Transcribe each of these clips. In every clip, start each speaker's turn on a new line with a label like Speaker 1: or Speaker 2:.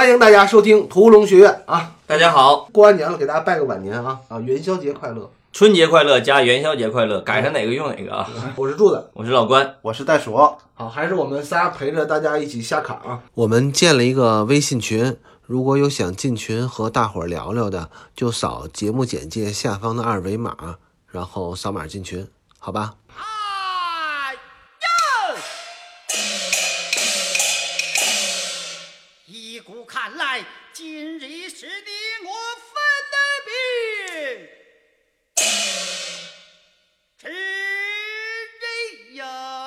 Speaker 1: 欢迎大家收听屠龙学院啊！
Speaker 2: 大家好，
Speaker 1: 过完年了，给大家拜个晚年啊！元宵节快乐，
Speaker 2: 春节快乐加元宵节快乐，赶上哪个用哪个啊！
Speaker 1: 我是柱子，
Speaker 2: 我是老关，
Speaker 3: 我是袋鼠。
Speaker 1: 好，还是我们仨陪着大家一起下坎啊！
Speaker 4: 我们建了一个微信群，如果有想进群和大伙儿聊聊的，就扫节目简介下方的二维码，然后扫码进群，好吧？
Speaker 5: 依古看来，今日是你我分的病，知人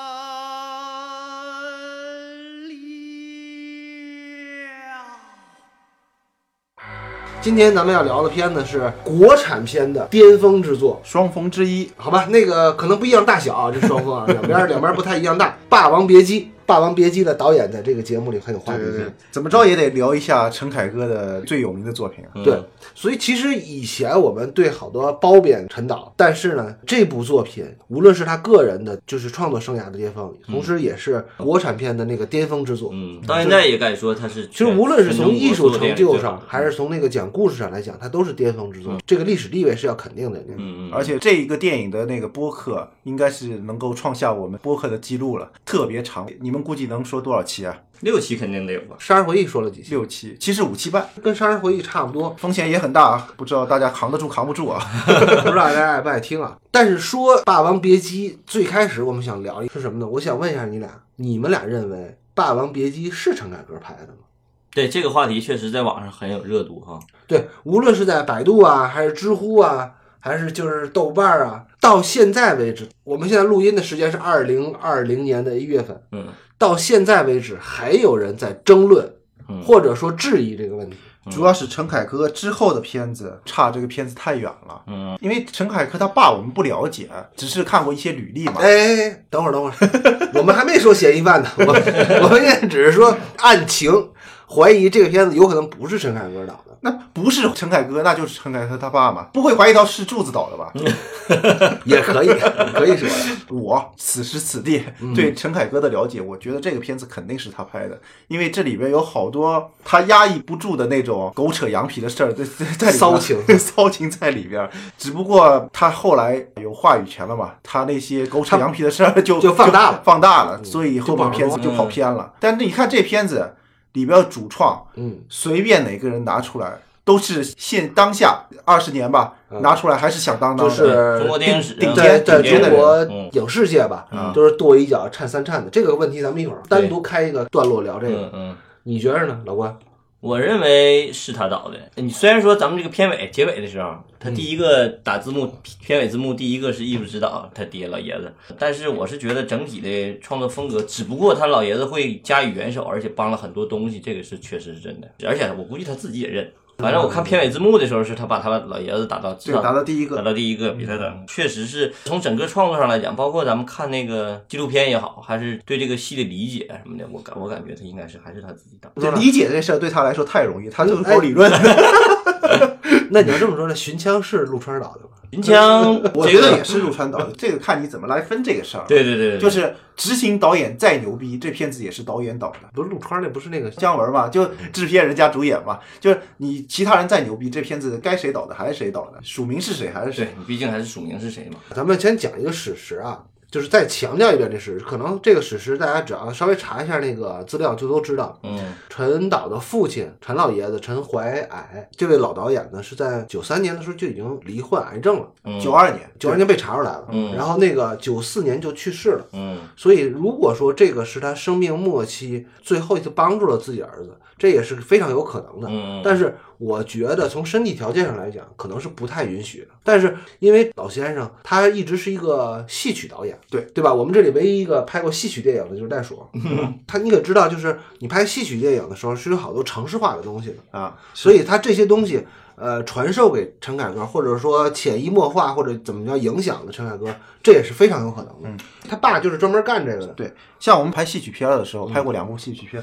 Speaker 5: 了。
Speaker 1: 今天咱们要聊的片子是国产片的巅峰之作，
Speaker 3: 双峰之一，
Speaker 1: 好吧？那个可能不一样大小啊，这双峰啊，两边不太一样大。《霸王别姬》。《霸王别姬》的导演在这个节目里很有话题性，
Speaker 3: 怎么着也得聊一下陈凯歌的最有名的作品。
Speaker 1: 对，所以其实以前我们对好多褒贬陈导，但是呢，这部作品无论是他个人的，就是创作生涯的巅峰，同时也是国产片的那个巅峰之作。
Speaker 2: 到现在也敢说他是。
Speaker 1: 其实无论是从艺术成就上，还是从那个讲故事上来讲，它都是巅峰之作。这个历史地位是要肯定的。
Speaker 3: 而且这一个电影的那个播客，应该是能够创下我们播客的记录了，特别长。你们估计能说多少期啊
Speaker 2: ？6期肯定得有吧。
Speaker 1: 杀人回忆说了几期
Speaker 3: ？6期，其实5期半，
Speaker 1: 跟杀人回忆差不多，
Speaker 3: 风险也很大啊，不知道大家扛得住扛不住啊？
Speaker 1: 不知道大家爱不爱听啊？但是说《霸王别姬》最开始我们想聊是什么呢？我想问一下你们俩认为《霸王别姬》是陈凯歌拍的吗？
Speaker 2: 对，这个话题确实在网上很有热度哈。
Speaker 1: 对，无论是在百度啊，还是知乎啊，还是就是豆瓣啊，到现在为止，我们现在录音的时间是2020年的1月份，到现在为止还有人在争论，或者说质疑这个问题。
Speaker 3: 主要是陈凯歌之后的片子差这个片子太远了。因为陈凯歌他爸我们不了解，只是看过一些履历嘛。
Speaker 1: 哎，等会儿，我们还没说嫌疑犯呢，我们现在只是说案情怀疑这个片子有可能不是陈凯歌导的。
Speaker 3: 那不是陈凯歌，那就是陈凯歌他爸嘛，不会怀疑到是柱子导的吧？
Speaker 1: 也可以说的。
Speaker 3: 我此时此地对陈凯歌的了解，我觉得这个片子肯定是他拍的，因为这里边有好多他压抑不住的那种狗扯羊皮的事儿在里边，骚情在里边。只不过他后来有话语权了嘛，他那些狗扯羊皮的事儿就
Speaker 1: 放大了，
Speaker 3: 所以后面片子就跑偏了。但是你看这片子里边主创，随便哪个人拿出来，都是当下20年吧，拿出来还是响当当的，
Speaker 1: 就是
Speaker 2: 中国电影史
Speaker 1: 在中国影视界吧，都是跺一脚颤三颤的。这个问题咱们一会儿单独开一个段落聊这个。你觉得呢，老关？
Speaker 2: 我认为是他导的。你虽然说咱们这个片尾结尾的时候，他第一个打字幕，片尾字幕第一个是艺术指导他爹老爷子，但是我是觉得整体的创作风格，只不过他老爷子会加以援手，而且帮了很多东西，这个是确实是真的。而且我估计他自己也认。反正我看片尾字幕的时候，是他把他老爷子打到
Speaker 3: 第一个
Speaker 2: 比他的确实是从整个创作上来讲，包括咱们看那个纪录片也好，还是对这个戏的理解什么的，我感觉他应该是还是他自己导。
Speaker 3: 这理解这事儿对他来说太容易，他就是搞理论。
Speaker 1: 那你要这么说，那寻枪是陆川导的吗？
Speaker 2: 寻枪，
Speaker 3: 我觉得也是陆川导的。这个看你怎么来分这个事儿。
Speaker 2: 对，
Speaker 3: 就是执行导演再牛逼，这片子也是导演导的。
Speaker 1: 不是陆川，那不是那个
Speaker 3: 姜文嘛？就制片人加主演嘛。就是你其他人再牛逼，这片子该谁导的还是谁导的，署名是谁还是谁。
Speaker 2: 对，你毕竟还是署名是谁嘛。
Speaker 1: 咱们先讲一个史实啊。就是再强调一遍这史实，可能这个史实大家只要稍微查一下那个资料就都知道。陈导的父亲陈老爷子陈怀矮这位老导演呢，是在93年的时候就已经罹患癌症了
Speaker 3: ，92
Speaker 1: 年被查出来了，然后那个94年就去世了。所以如果说这个是他生命末期最后一次帮助了自己儿子，这也是非常有可能的。但是我觉得从身体条件上来讲，可能是不太允许的。但是因为老先生他一直是一个戏曲导演，对吧？我们这里唯一一个拍过戏曲电影的就是袋鼠。你可知道，就是你拍戏曲电影的时候是有好多程式化的东西的啊，所以他这些东西传授给陈凯歌，或者说潜移默化或者怎么叫影响的陈凯歌，这也是非常有可能的。他爸就是专门干这个的。
Speaker 3: 对，像我们拍戏曲片的时候，拍过2部戏曲片。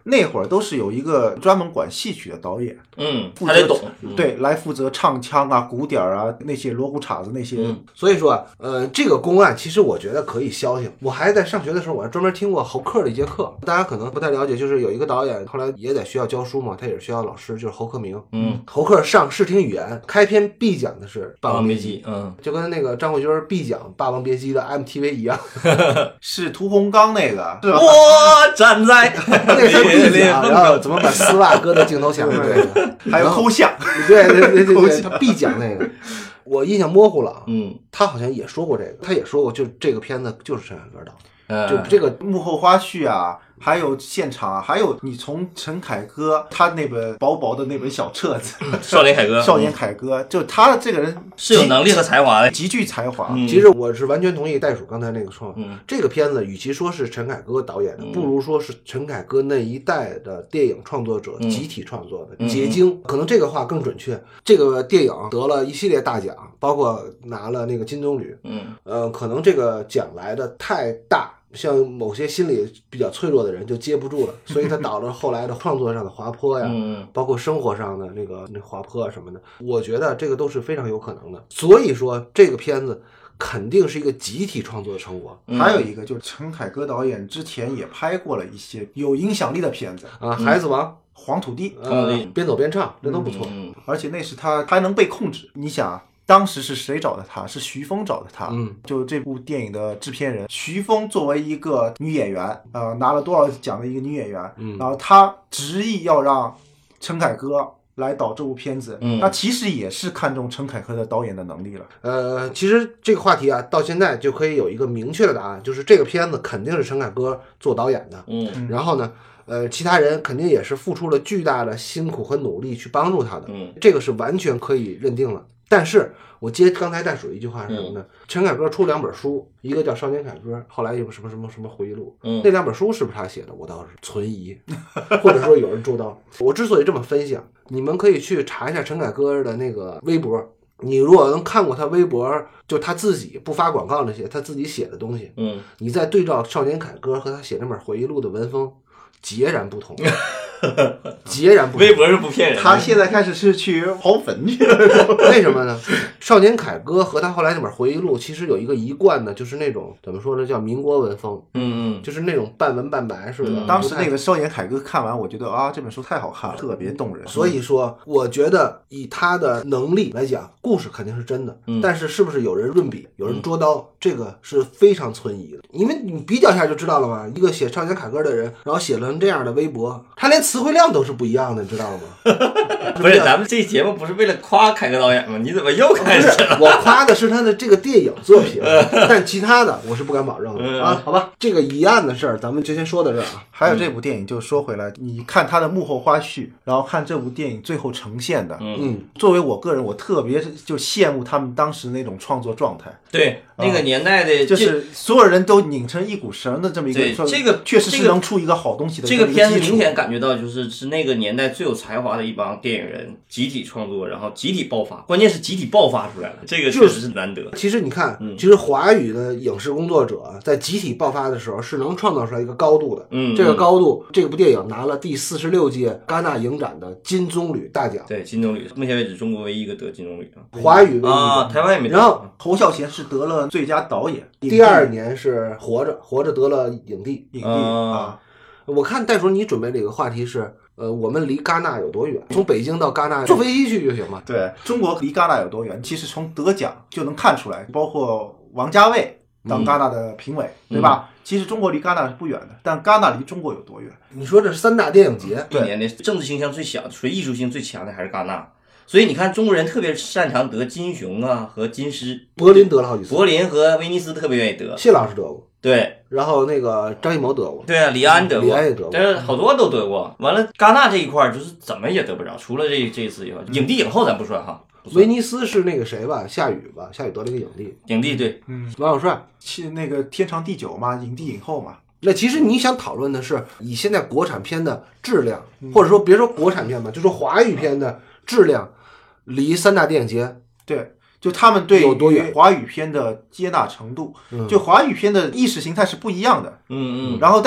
Speaker 3: 那会儿都是有一个专门管戏曲的导演，
Speaker 2: 他得懂，
Speaker 3: 对，来负责唱腔啊、鼓点啊那些锣鼓镲子那些。
Speaker 1: 所以说这个公案其实我觉得可以消停。我还在上学的时候，我还专门听过侯克的一节课，大家可能不太了解，就是有一个导演后来也在学校教书嘛，他也是学校老师，就是侯克明。侯克上视听语言开篇必讲的是《霸王别姬》，就跟那个张慧君必讲《霸王别姬》的 MTV 一样，
Speaker 3: 是屠洪刚那个，是吧？
Speaker 2: 我站在
Speaker 1: 那个是必讲，然后怎么把丝袜搁在镜头前面那个，
Speaker 3: 还有抠像，
Speaker 1: 对，他必讲那个。我印象模糊了，他好像也说过这个，他也说过，就这个片子就是陈凯歌导的，就这个
Speaker 3: 幕后花絮啊，还有现场啊，还有你从陈凯歌他那本薄薄的那本小册子，
Speaker 2: 少年凯歌，
Speaker 3: 少年凯歌，就他这个人
Speaker 2: 是有能力和才华的，
Speaker 3: 极具才华。
Speaker 1: 其实我是完全同意袋鼠刚才那个说，这个片子与其说是陈凯歌导演的，不如说是陈凯歌那一代的电影创作者集体创作的结晶，可能这个话更准确。这个电影得了一系列大奖，包括拿了那个金棕榈，可能这个奖来的太大。像某些心理比较脆弱的人就接不住了，所以他导致后来的创作上的滑坡呀，包括生活上的那滑坡什么的，我觉得这个都是非常有可能的。所以说这个片子肯定是一个集体创作的成果。
Speaker 3: 还有一个就是陈凯歌导演之前也拍过了一些有影响力的片子
Speaker 1: 啊，孩子王、
Speaker 3: 黄土地，
Speaker 1: 边走边唱，这都不错。
Speaker 3: 而且那是他还能被控制。你想当时是谁找的他？是徐峰找的他。就这部电影的制片人徐峰作为一个女演员，拿了多少奖的一个女演员，然后他执意要让陈凯歌来导这部片子，那其实也是看中陈凯歌的导演的能力了。
Speaker 1: 其实这个话题啊，到现在就可以有一个明确的答案，就是这个片子肯定是陈凯歌做导演的。然后呢，其他人肯定也是付出了巨大的辛苦和努力去帮助他的。这个是完全可以认定了。但是我接刚才袋鼠一句话是什么呢？陈凯歌出2本书，一个叫《少年凯歌》，后来有什么回忆录。那2本书是不是他写的？我倒是存疑，或者说有人主导。我之所以这么分享，你们可以去查一下陈凯歌的那个微博。你如果能看过他微博，就他自己不发广告那些他自己写的东西，你再对照少年凯歌和他写那本回忆录的文风，截然不同。截然不同。
Speaker 2: 微博是不骗人的。
Speaker 3: 他现在开始是去刨坟去了。
Speaker 1: 为什么呢？少年凯歌和他后来那本回忆录其实有一个一贯的，就是那种怎么说呢，叫民国文风。就是那种半文半白似的。
Speaker 3: 当时那个少年凯歌看完，我觉得啊，这本书太好看了，特别动人。
Speaker 1: 所以说我觉得以他的能力来讲，故事肯定是真的，但是是不是有人润笔，有人捉刀，这个是非常存疑的。因为你比较一下就知道了嘛，一个写少年凯歌的人，然后写了这样的微博，他连词汇量都是不一样的，你知道吗？
Speaker 2: 不是，咱们这节目不是为了夸凯歌导演吗？你怎么又开始了？
Speaker 1: 我夸的是他的这个电影作品，但其他的我是不敢保证的啊。好吧，这个疑案的事儿咱们就先说到这儿啊。
Speaker 3: 还有这部电影，就说回来，你看他的幕后花絮，然后看这部电影最后呈现的，作为我个人，我特别就羡慕他们当时那种创作状态。
Speaker 2: 对，那个年代的，
Speaker 3: 就是所有人都拧成一股绳的这么一个，
Speaker 2: 这个
Speaker 3: 确实是能出一个好东西的。
Speaker 2: 这个片子明显感觉到，是那个年代最有才华的一帮电影人集体创作，然后集体爆发，关键是集体爆发出来了，这个确实是难得。
Speaker 1: 其实你看，其实华语的影视工作者在集体爆发的时候是能创造出来一个高度的。这个高度，这部电影拿了第46届戛纳影展的金棕榈大奖。
Speaker 2: 对，金棕榈，目前为止中国唯一一个得金棕榈
Speaker 1: 华语唯一
Speaker 2: 啊，台湾也没得。
Speaker 1: 然后
Speaker 3: 侯孝贤是得了最佳导演，
Speaker 1: 第2年是活着得了影帝
Speaker 3: 啊。
Speaker 1: 我看袋鼠你准备这个话题是我们离戛纳有多远？从北京到戛纳坐飞机去就行嘛。
Speaker 3: 对，中国离戛纳有多远？其实从得奖就能看出来，包括王家卫当戛纳的评委，对吧？其实中国离戛纳是不远的，但戛纳离中国有多远？
Speaker 1: 你说这是3大电影节，
Speaker 2: 一年的政治倾向最小、属于艺术性最强的还是戛纳。所以你看，中国人特别擅长得金熊啊和金狮，
Speaker 1: 柏林得了好几次，
Speaker 2: 柏林和威尼斯特别愿意得，
Speaker 1: 谢老师得过，
Speaker 2: 对，
Speaker 1: 然后那个张艺谋得过，
Speaker 2: 对啊，李安得过，
Speaker 1: 李安也得过，
Speaker 2: 但是好多都得过。完了，戛纳这一块就是怎么也得不着，除了这次以后，影帝影后咱不说哈。
Speaker 1: 威尼斯是那个谁吧，夏雨得了一个影帝，
Speaker 2: 对，
Speaker 1: 王小帅，
Speaker 3: 那个天长地久嘛，影帝影后嘛。
Speaker 1: 那其实你想讨论的是以现在国产片的质量，或者说别说国产片吧，就说华语片的质量离3大电影节，
Speaker 3: 对，就他们对
Speaker 1: 有多远？
Speaker 3: 华语片的接纳程度，就华语片的意识形态是不一样的。然后但是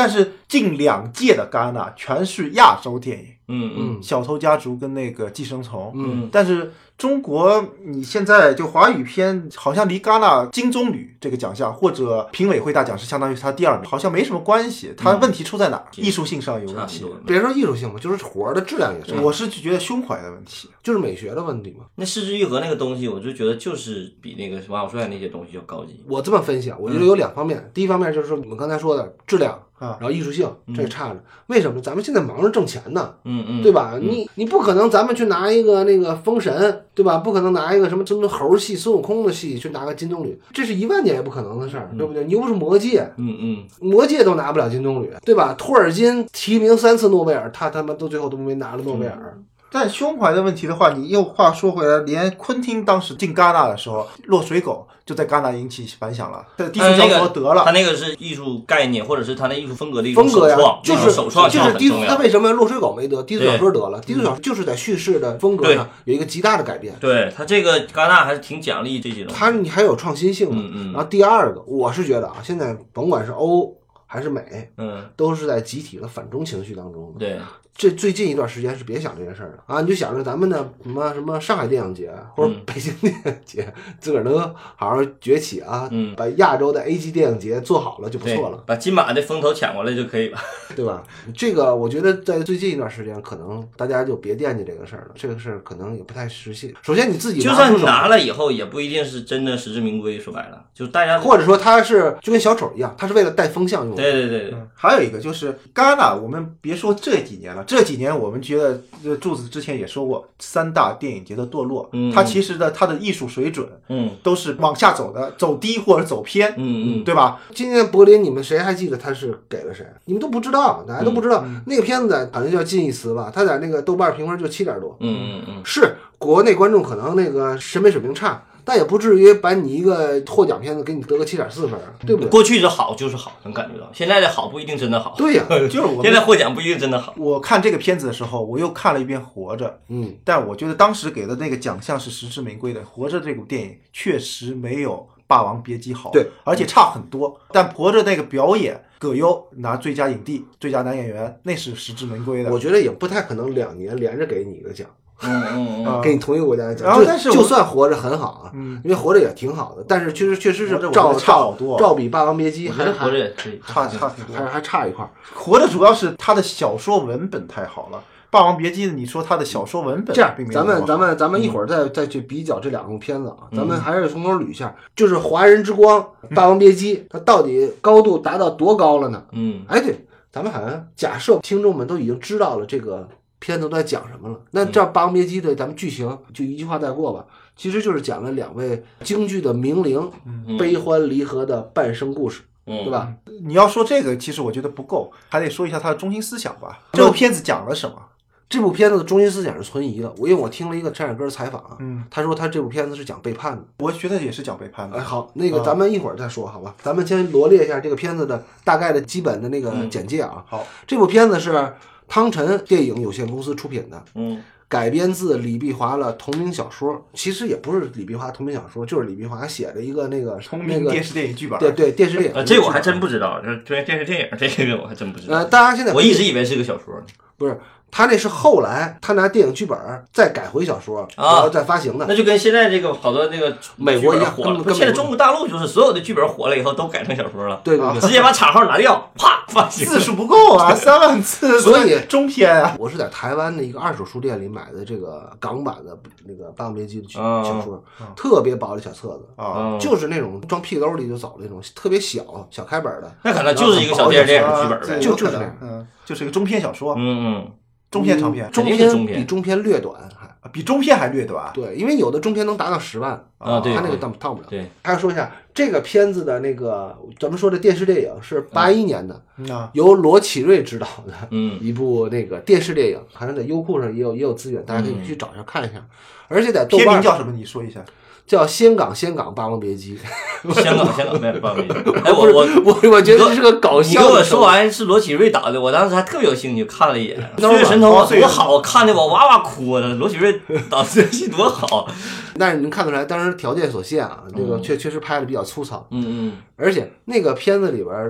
Speaker 3: 近2届的戛纳全是亚洲电影，小偷家族跟那个寄生虫，但是中国你现在就华语片好像离戛纳金棕榈这个奖项或者评委会大奖是相当于它第2名，好像没什么关系。它问题出在哪？艺术性上有问题。
Speaker 1: 别说艺术性嘛，就是活的质量也是。
Speaker 3: 我是觉得胸怀的问题，
Speaker 1: 就是美学的问题嘛。
Speaker 2: 那失之愈合那个东西，我就觉得就是比那个王小帅那些东西要高级。
Speaker 1: 我这么分析，我觉得有2方面。第一方面就是说你们刚才说的质量。然后艺术性这个差着，为什么？咱们现在忙着挣钱呢，对吧？你不可能咱们去拿一个那个封神，对吧？不可能拿一个什么真的猴戏、孙悟空的戏去拿个金棕榈，这是10000年也不可能的事儿，对不对？你又不是魔戒，魔戒都拿不了金棕榈，对吧？托尔金提名3次诺贝尔，他妈都最后都没拿了诺贝尔。
Speaker 3: 但胸怀的问题的话，你又话说回来，连昆汀当时进戛纳的时候，落水狗就在戛纳引起反响了。低俗小说得了，
Speaker 2: 他那个是艺术概念，或者是他那艺术风格的一种
Speaker 1: 首
Speaker 2: 创，
Speaker 1: 就是
Speaker 2: 首创
Speaker 1: 就是低俗。他为什么落水狗没得？低俗小说得了，低俗小说就是在叙事的风格上有一个极大的改变。
Speaker 2: 对他这个戛纳还是挺奖励这些东西，
Speaker 1: 你还有创新性的。然后第二个，我是觉得啊，现在甭管是欧还是美，都是在集体的反中情绪当中。
Speaker 2: 对。
Speaker 1: 这最近一段时间是别想这件事儿了啊！你就想着咱们的什么上海电影节或者北京电影节，自个儿能好好崛起啊，把亚洲的 A 级电影节做好了就不错了，
Speaker 2: 把金马的风头抢过来就可以了，
Speaker 1: 对吧？这个我觉得在最近一段时间，可能大家就别惦记这个事儿了，这个事儿可能也不太实现。首先你自己
Speaker 2: 就算你拿了以后，也不一定是真的实至名归。说白了，就大家
Speaker 1: 或者说他是就跟小丑一样，他是为了带风向用的。
Speaker 2: 对。
Speaker 3: 还有一个就是戛纳，我们别说这几年了，这几年我们觉得柱子之前也说过3大电影节的堕落，它其实它的艺术水准，都是往下走的，走低或者走偏，对吧？
Speaker 1: 今年柏林你们谁还记得他是给了谁？你们都不知道，大家都不知道。那个片子在好像叫近义词吧，他在那个豆瓣评分就7点多，是国内观众可能那个审美水平差。但也不至于把你一个获奖片子给你得个7.4分，对不对？
Speaker 2: 过去的好就是好，能感觉到。现在的好不一定真的好。
Speaker 1: 对呀，
Speaker 3: 就是我
Speaker 2: 现在获奖不一定真的好。
Speaker 3: 我看这个片子的时候，我又看了一遍《活着》，但我觉得当时给的那个奖项是实至名归的，《活着》这部电影确实没有《霸王别姬》好，
Speaker 1: 对，
Speaker 3: 而且差很多。但《活着》那个表演，葛优拿最佳影帝、最佳男演员，那是实至名归的。
Speaker 1: 我觉得也不太可能2年连着给你一个奖。给你同一个国家的奖，
Speaker 3: 然后但是
Speaker 1: 就算活着很好啊，因为活着也挺好的，但是确实是照比《霸王别姬》还
Speaker 2: 活着也可以
Speaker 3: 差
Speaker 1: 还差一块。
Speaker 3: 活着主要是他的小说文本太好了，《霸王别姬》你说他的小说文本
Speaker 1: 这样，
Speaker 3: 并没有
Speaker 1: 咱们一会儿再去比较这2部片子啊，咱们还是从头捋一下，就是《华人之光》《霸王别姬》，它到底高度达到多高了呢？哎对，咱们好像假设听众们都已经知道了这个片子都在讲什么了，那这《霸王别姬》的咱们剧情就一句话带过吧，其实就是讲了2位京剧的名伶悲欢离合的半生故事，对吧？
Speaker 3: 你要说这个，其实我觉得不够，还得说一下它的中心思想吧。这部片子讲了什么？
Speaker 1: 这部片子的中心思想是存疑的。因为我听了一个陈凯歌的采访啊，他说他这部片子是讲背叛的。
Speaker 3: 我觉得也是讲背叛的。
Speaker 1: 哎，好，那个咱们一会儿再说，好吧？咱们先罗列一下这个片子的大概的基本的那个简介啊。
Speaker 3: 好，
Speaker 1: 这部片子是汤臣电影有限公司出品的，改编自李碧华的同名小说，其实也不是李碧华同名小说，就是李碧华写的一个那个
Speaker 3: 同名电视电影剧本。
Speaker 1: 对电视电影。
Speaker 2: 这个我还真不知道，这电视电影这个我还真不知道。
Speaker 1: 大家现在
Speaker 2: 我一直以为是个小说呢。
Speaker 1: 不是，他那是后来他拿电影剧本再改回小说，然后再发行的。
Speaker 2: 那就跟现在这个好多那个
Speaker 1: 美国一样
Speaker 2: 火了，现在中国大陆就是所有的剧本火了以后都改成小说了，
Speaker 1: 对，
Speaker 2: 直接把场号拿掉，啪发行。
Speaker 3: 字数不够啊，3万字，
Speaker 1: 所以
Speaker 3: 中篇啊。
Speaker 1: 我是在台湾的一个2手书店里买的这个港版的那个《霸王别姬》的小说，特别薄的小册子就是那种装屁兜里就走的那种，特别小开本的。
Speaker 2: 那可能就是一个小电影剧本呗，
Speaker 1: 就是那样，
Speaker 3: 就是一个中篇小说。中篇长篇，
Speaker 1: 中篇比中篇略短，
Speaker 3: 比中篇还略短。
Speaker 1: 对，因为有的中篇能达到10万
Speaker 2: 啊，对，
Speaker 1: 他那个到不了。
Speaker 2: 对，
Speaker 1: 还要说一下这个片子的那个咱们说的电视电影是81年的，由罗启瑞执导的，一部那个电视电影，好像在优酷上也有资源，大家可以去找一下看一下。而且在豆瓣
Speaker 3: 片名叫什么？你说一下。
Speaker 1: 叫香港霸王别姬，
Speaker 2: 香港霸王别姬。哎，
Speaker 1: 我觉得这是个搞笑。
Speaker 2: 你跟我说完是罗启瑞导的，我当时还特别有兴趣看了一眼。岁月神偷多好看的，我哇哇哭了。罗启瑞导这戏多好，
Speaker 1: 但是你能看出来，当时条件所限啊，这个确实拍的比较粗糙。而且那个片子里边的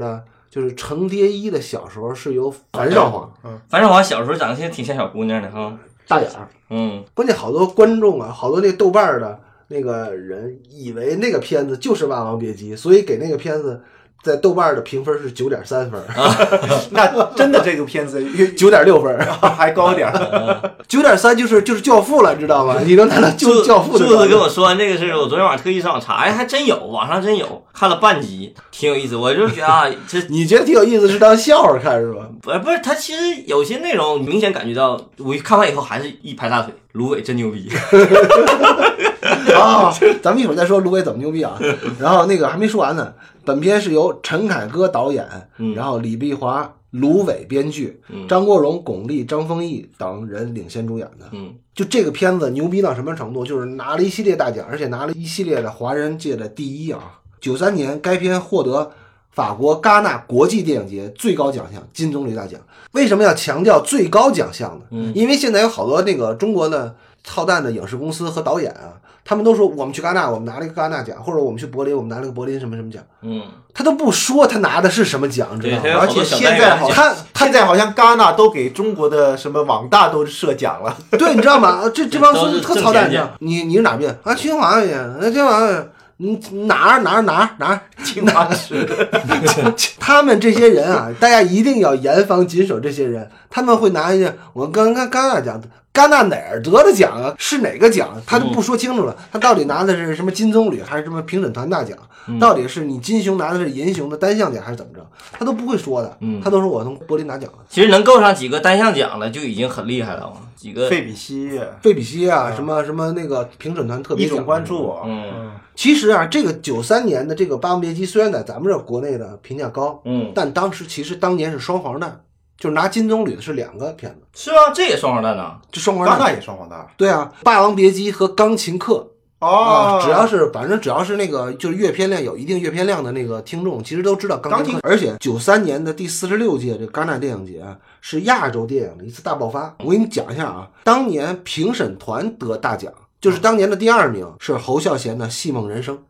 Speaker 1: 就是程蝶衣的小时候是由樊少华，
Speaker 2: 樊少华小时候长得现在挺像小姑娘的哈，
Speaker 1: 大眼儿，关键好多观众啊，好多那豆瓣的那个人以为那个片子就是《霸王别姬》，所以给那个片子在豆瓣的评分是9.3分，
Speaker 3: 那真的这个片子
Speaker 1: 9.6分，
Speaker 3: 还高点
Speaker 1: ，9.3就是教父了，知道吗？你能拿到就是教父的。
Speaker 2: 柱子跟我说完这个事，我昨天晚上特意上网查，哎，还真有，网上真有，看了半集，挺有意思。我就觉得啊，这
Speaker 1: 你觉得挺有意思，是当笑话看是吧？
Speaker 2: 不是，他其实有些内容明显感觉到，我看完以后还是一拍大腿，芦苇真牛逼。
Speaker 1: 啊，咱们一会儿再说芦苇怎么牛逼啊。然后那个还没说完呢，本片是由陈凯歌导演，然后李碧华、芦苇编剧，张国荣、巩俐、张丰毅等人领衔主演的。就这个片子牛逼到什么程度？就是拿了一系列大奖，而且拿了一系列的华人界的第一啊。93年该片获得法国戛纳国际电影节最高奖项金棕榈大奖。为什么要强调最高奖项呢？因为现在有好多那个中国的操蛋的影视公司和导演啊，他们都说我们去戛纳，我们拿了一个戛纳奖，或者我们去柏林，我们拿了个柏林什么什么奖。他都不说他拿的是什么奖，知道吗？
Speaker 3: 而且现在好像戛纳都给中国的什么网大都设奖了。
Speaker 1: 对，你知道吗？这帮书特操蛋，你是哪边啊？清华呀，清华。哪儿
Speaker 3: 清华市，
Speaker 1: 他们这些人啊，大家一定要严防谨守。这些人他们会拿一些我刚刚戛纳奖，戛纳哪儿得的奖啊？是哪个奖？他都不说清楚了。他到底拿的是什么金棕榈，还是什么评审团大奖？到底是你金熊拿的是银熊的单项奖，还是怎么着？他都不会说的。他都说我从柏林拿奖了。
Speaker 2: 其实能够上几个单项奖了，就已经很厉害了。几个
Speaker 3: 费比西
Speaker 1: 啊，什么那个评审团特别
Speaker 3: 一种关注。
Speaker 1: 其实啊，这个93年的这个《霸王别姬》虽然在咱们这国内的评价高，但当年是双黄蛋，就是拿金棕榈的是2个片子。
Speaker 2: 是吗？这也双黄蛋呢？
Speaker 1: 这双黄蛋，
Speaker 3: 戛纳也双黄蛋。
Speaker 1: 对啊，《霸王别姬》和《钢琴课》反正只要是那个就是阅片量有一定阅片量的那个听众，其实都知道钢琴课。而且93年的第46届这戛纳电影节是亚洲电影的一次大爆发。我给你讲一下啊，当年评审团得大奖。就是当年的第2名是侯孝贤的《戏梦人生》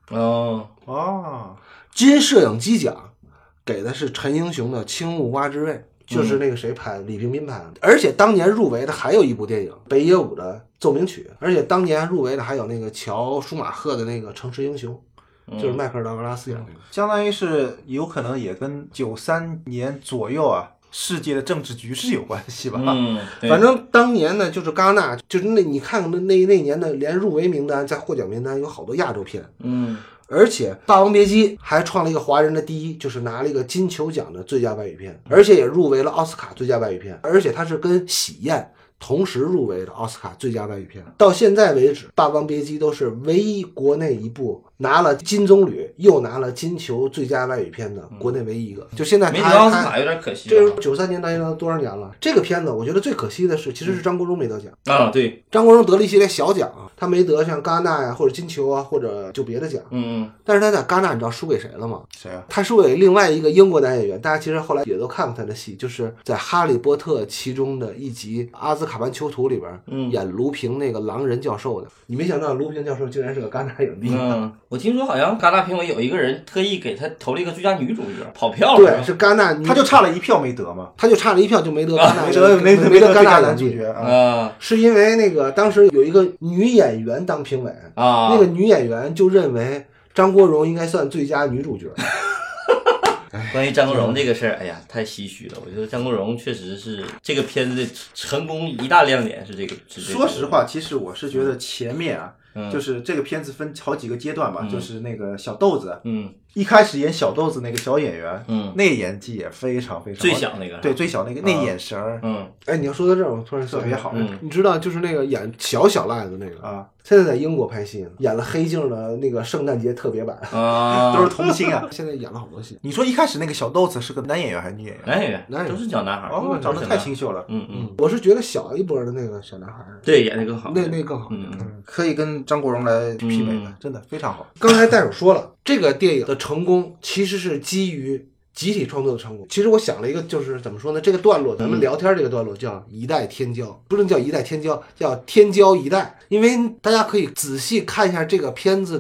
Speaker 1: 金摄影机奖给的是陈英雄的《青木蛙之味》，就是那个谁拍的，李平斌拍的。而且当年入围的还有一部电影北野武的《奏鸣曲》，而且当年入围的还有那个乔舒马赫的那个《城市英雄》，就是迈克尔·道格拉斯演的，
Speaker 3: 相当于是有可能也跟93年左右啊世界的政治局势有关系吧。
Speaker 1: 反正当年呢，就是戛纳，就是你看那年的连入围名单在获奖名单有好多亚洲片。而且《霸王别姬》还创了一个华人的第一，就是拿了一个金球奖的最佳外语片，而且也入围了奥斯卡最佳外语片，而且它是跟《喜宴》同时入围的奥斯卡最佳外语片。到现在为止，《霸王别姬》都是唯一国内一部拿了金棕榈又拿了金球最佳外语片的国内唯一一个。就现在
Speaker 2: 没得奥斯卡有点可惜。
Speaker 1: 这是93年到现在多少年了？这个片子我觉得最可惜的是，其实是张国荣没得奖
Speaker 2: 啊。对，
Speaker 1: 张国荣得了一系列小奖啊，他没得像戛纳呀或者金球啊或者就别的奖。但是他在戛纳你知道输给谁了吗？
Speaker 3: 谁啊？
Speaker 1: 他输给另外一个英国男演员，大家其实后来也都看过他的戏，就是在《哈利波特》其中的一集《阿兹卡班囚徒》里边，演卢平那个狼人教授的。你没想到卢平教授竟然是个戛纳影帝。
Speaker 2: 我听说好像戛纳评委有一个人特意给他投了一个最佳女主角，跑票了。
Speaker 1: 对，是戛纳，
Speaker 3: 他就差了1票没得嘛，
Speaker 1: 他就差了1票就没得戛纳，
Speaker 3: 没得
Speaker 1: 戛纳
Speaker 3: 男主角
Speaker 1: 啊。是因为那个当时有一个女演员当评委啊，那个女演员就认为张国荣应该算最佳女主角。
Speaker 2: 关于张国荣这个事儿，哎呀，太唏嘘了。我觉得张国荣确实是这个片子的成功一大亮点是这个。
Speaker 3: 说实话，其实我是觉得前面啊，就是这个片子分好几个阶段吧，就是那个小豆子，一开始演小豆子那个小演员，那演技也非常非常好，
Speaker 2: 最小那个，
Speaker 3: 对，最小那个那眼神儿，
Speaker 1: 哎，你要说到这儿，我突然
Speaker 3: 特别好。
Speaker 1: 你知道，就是那个演小赖子那个啊，现在在英国拍戏，演了黑镜的那个圣诞节特别版
Speaker 2: 啊，
Speaker 3: 都是童星啊。
Speaker 1: 现在演了好多戏。
Speaker 3: 你说一开始那个小豆子是个男演员还是女演员？
Speaker 2: 男演员，都是小男孩，
Speaker 3: 长得太清秀了。
Speaker 1: 我是觉得小一波的那个小男孩，
Speaker 2: 对，演的更好，
Speaker 1: 那更好，
Speaker 3: 可以跟张国荣来媲美的，真的非常好。
Speaker 1: 刚才戴手说了，这个电影的成功其实是基于集体创作的成功。其实我想了一个，就是怎么说呢？这个段落，咱们聊天这个段落叫一代天骄，不能叫一代天骄，叫天骄一代。因为大家可以仔细看一下这个片子的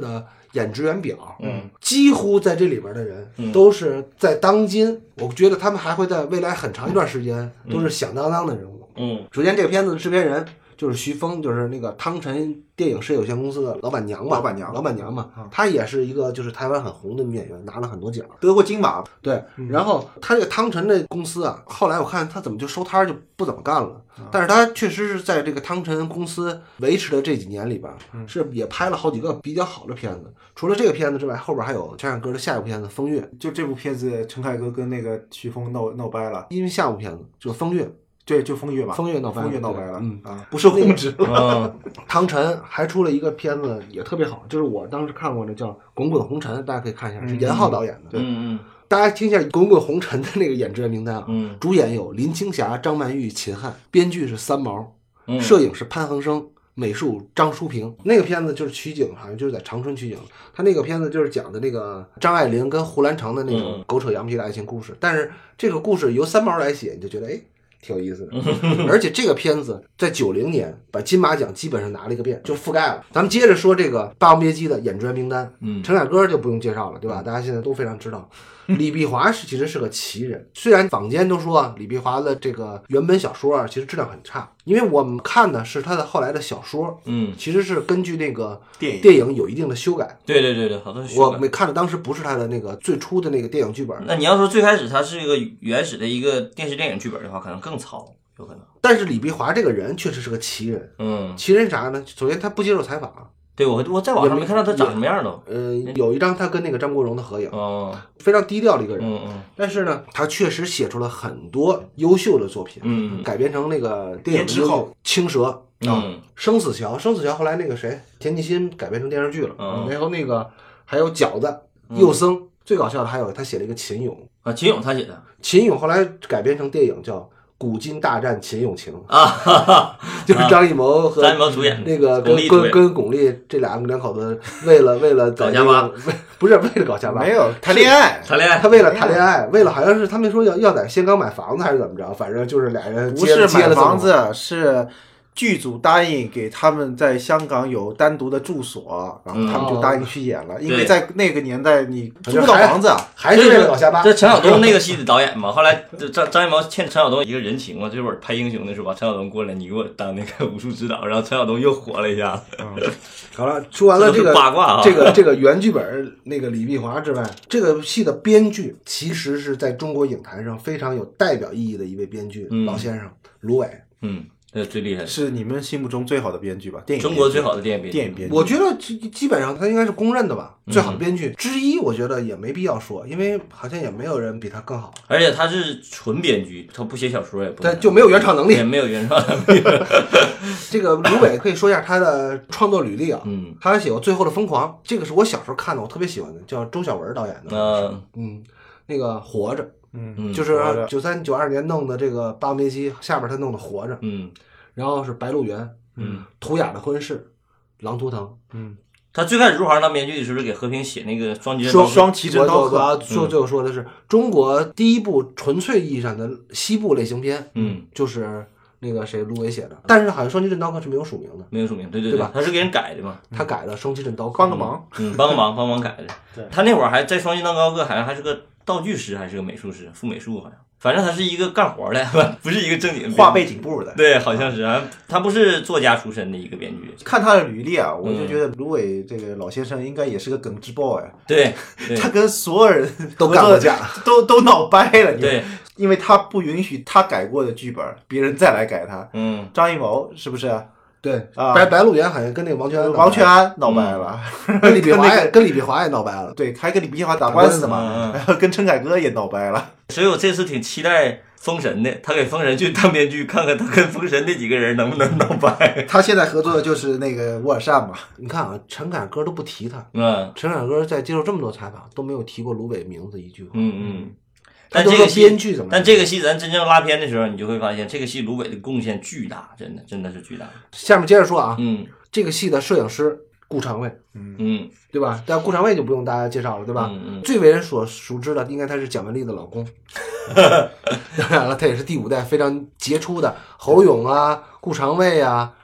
Speaker 1: 演职员表，几乎在这里边的人都是在当今，我觉得他们还会在未来很长一段时间都是响当当的人物。首先这个片子的制片人就是徐峰，就是那个汤臣电影事业有限公司的老板娘嘛，她也是一个就是台湾很红的女演员，拿了很多奖，
Speaker 3: 得过金马。
Speaker 1: 对，然后她这个汤臣的公司啊，后来我看她怎么就收摊就不怎么干了，但是她确实是在这个汤臣公司维持的这几年里边，是也拍了好几个比较好的片子。除了这个片子之外，后边还有陈凯歌的下一部片子《风月》，
Speaker 3: 就这部片子，陈凯歌跟那个徐峰闹掰了，
Speaker 1: 因为下部片子就《风月》。
Speaker 3: 对，就风月吧，
Speaker 1: 风月闹掰
Speaker 3: 了，
Speaker 1: 不受控制了。汤臣还出了一个片子也特别好，就是我当时看过的，叫《滚滚红尘》，大家可以看一下，是严浩导演的。
Speaker 3: 对，
Speaker 1: 大家听一下《滚滚红尘》的那个演职员名单啊，主演有林青霞、张曼玉、秦汉，编剧是三毛，摄影是潘恒生，美术张淑平。那个片子就是取景，好像就是在长春取景。他那个片子就是讲的那个张爱玲跟胡兰成的那种狗扯羊皮的爱情故事，但是这个故事由三毛来写，你就觉得挺有意思的。而且这个片子在90年把金马奖基本上拿了一个遍，就覆盖了。咱们接着说这个《霸王别姬》的演职员名单，陈凯歌就不用介绍了，对吧？大家现在都非常知道。李碧华其实是个奇人，虽然坊间都说李碧华的这个原本小说其实质量很差，因为我们看的是他的后来的小说，其实是根据那个电影有一定的修改。
Speaker 2: 对，好多修改。
Speaker 1: 我们看的当时不是他的那个最初的那个电影剧本。
Speaker 2: 那你要说最开始他是一个原始的一个电视电影剧本的话，可能更糙，有可能。
Speaker 1: 但是李碧华这个人确实是个奇人，奇人啥呢？首先他不接受采访。
Speaker 2: 对，我在网上没看到他长什么样都。
Speaker 1: 有一张他跟那个张国荣的合影，非常低调的一个人。但是呢，他确实写出了很多优秀的作品，改编成那个电影之后，《青蛇》生死桥后来那个谁田沁鑫改编成电视剧了，然后那个还有饺子、幼僧，最搞笑的还有他写了一个秦俑
Speaker 2: 啊，秦俑他写的，
Speaker 1: 秦俑后来改编成电影叫古今大战秦俑情啊，就是张艺谋和
Speaker 2: 主演
Speaker 1: 那个跟巩俐这两口子为了
Speaker 2: 搞下巴，
Speaker 1: 不是为了搞下巴，
Speaker 3: 没有谈恋爱，
Speaker 1: 他为了谈恋爱，为了好像是他们说要在香港买房子还是怎么着，反正就是俩人
Speaker 3: 不是买房子，是剧组答应给他们在香港有单独的住所，然后他们就答应去演了。因为在那个年代，你租不到房子，
Speaker 1: 还是为了搞下巴。
Speaker 2: 这陈晓东那个戏的导演嘛，后来张艺谋欠陈晓东一个人情嘛，这会儿拍《英雄》的时候把陈晓东过来，你给我当那个武术指导，然后陈晓东又火了一下子。
Speaker 1: 好了，说完了这个
Speaker 2: 八卦啊，
Speaker 1: 这个原剧本那个李碧华之外，这个戏的编剧其实是在中国影坛上非常有代表意义的一位编剧，老先生卢伟。
Speaker 2: 最厉害
Speaker 3: 是你们心目中最好的编剧吧？
Speaker 2: 中国最好的电影编
Speaker 3: 剧，
Speaker 1: 我觉得基本上他应该是公认的吧，最好的编剧之一。我觉得也没必要说，因为好像也没有人比他更好。
Speaker 2: 而且他是纯编剧，他不写小说也不，
Speaker 1: 但就没有原创能力，
Speaker 2: 也没有原创能力。
Speaker 1: 这个卢伟可以说一下他的创作履历啊，他还写过《最后的疯狂》，这个是我小时候看的，我特别喜欢的，叫周晓文导演的。那个《活着》。就是93、92年弄的这个《霸王别姬》，下边他弄的《活着》，然后是《白鹿原》，图雅的婚事，《狼图腾》，
Speaker 2: 他最开始入行当编剧的时候是给和平写那个双
Speaker 3: 旗镇刀客。
Speaker 1: 最后说的是中国第一部纯粹意义上的西部类型片，就是那个谁卢伟写的，但是好像双旗镇刀客是没有署名的，
Speaker 2: 没有署名，对吧？他是给人改的嘛，
Speaker 1: 他改了双旗镇刀客，
Speaker 3: 帮个忙，
Speaker 2: 帮忙改的。对，他那会儿还在双旗镇刀客，好像还是个道具师还是个美术师，副美术好像，反正他是一个干活的，不是一个正经
Speaker 3: 画背景部的。
Speaker 2: 对，好像是啊，他不是作家出身的一个编剧。
Speaker 3: 看他的履历啊，我就觉得卢伟这个老先生应该也是个耿直 boy。
Speaker 2: 对，
Speaker 3: 他跟所有人
Speaker 1: 都干过架，
Speaker 3: 都闹掰了。
Speaker 2: 对，
Speaker 3: 因为他不允许他改过的剧本别人再来改他。张艺谋是不是？
Speaker 1: 对啊，白鹿原好像跟那个王全安
Speaker 3: 闹掰了，
Speaker 1: 跟李碧华也闹掰了，
Speaker 3: 对，还跟李碧华打官司嘛，然后跟陈凯歌也闹掰了。
Speaker 2: 所以我这次挺期待封神的，他给封神去当编剧，看看他跟封神那几个人能不能闹掰。
Speaker 3: 他现在合作的就是那个沃尔善嘛。
Speaker 1: 你看啊，陈凯歌都不提他，陈凯歌在接受这么多采访都没有提过卢伟名字一句话。
Speaker 2: 但这个
Speaker 1: 编剧怎么？
Speaker 2: 但这个戏咱真正拉片的时候，你就会发现这个戏卢伟的贡献巨大，真的是巨大。
Speaker 1: 下面接着说啊，这个戏的摄影师顾长卫，对吧？但顾长卫就不用大家介绍了，对吧？最为人所熟知的，应该他是蒋雯丽的老公。当然了，他也是第5代非常杰出的侯勇啊、顾长卫啊，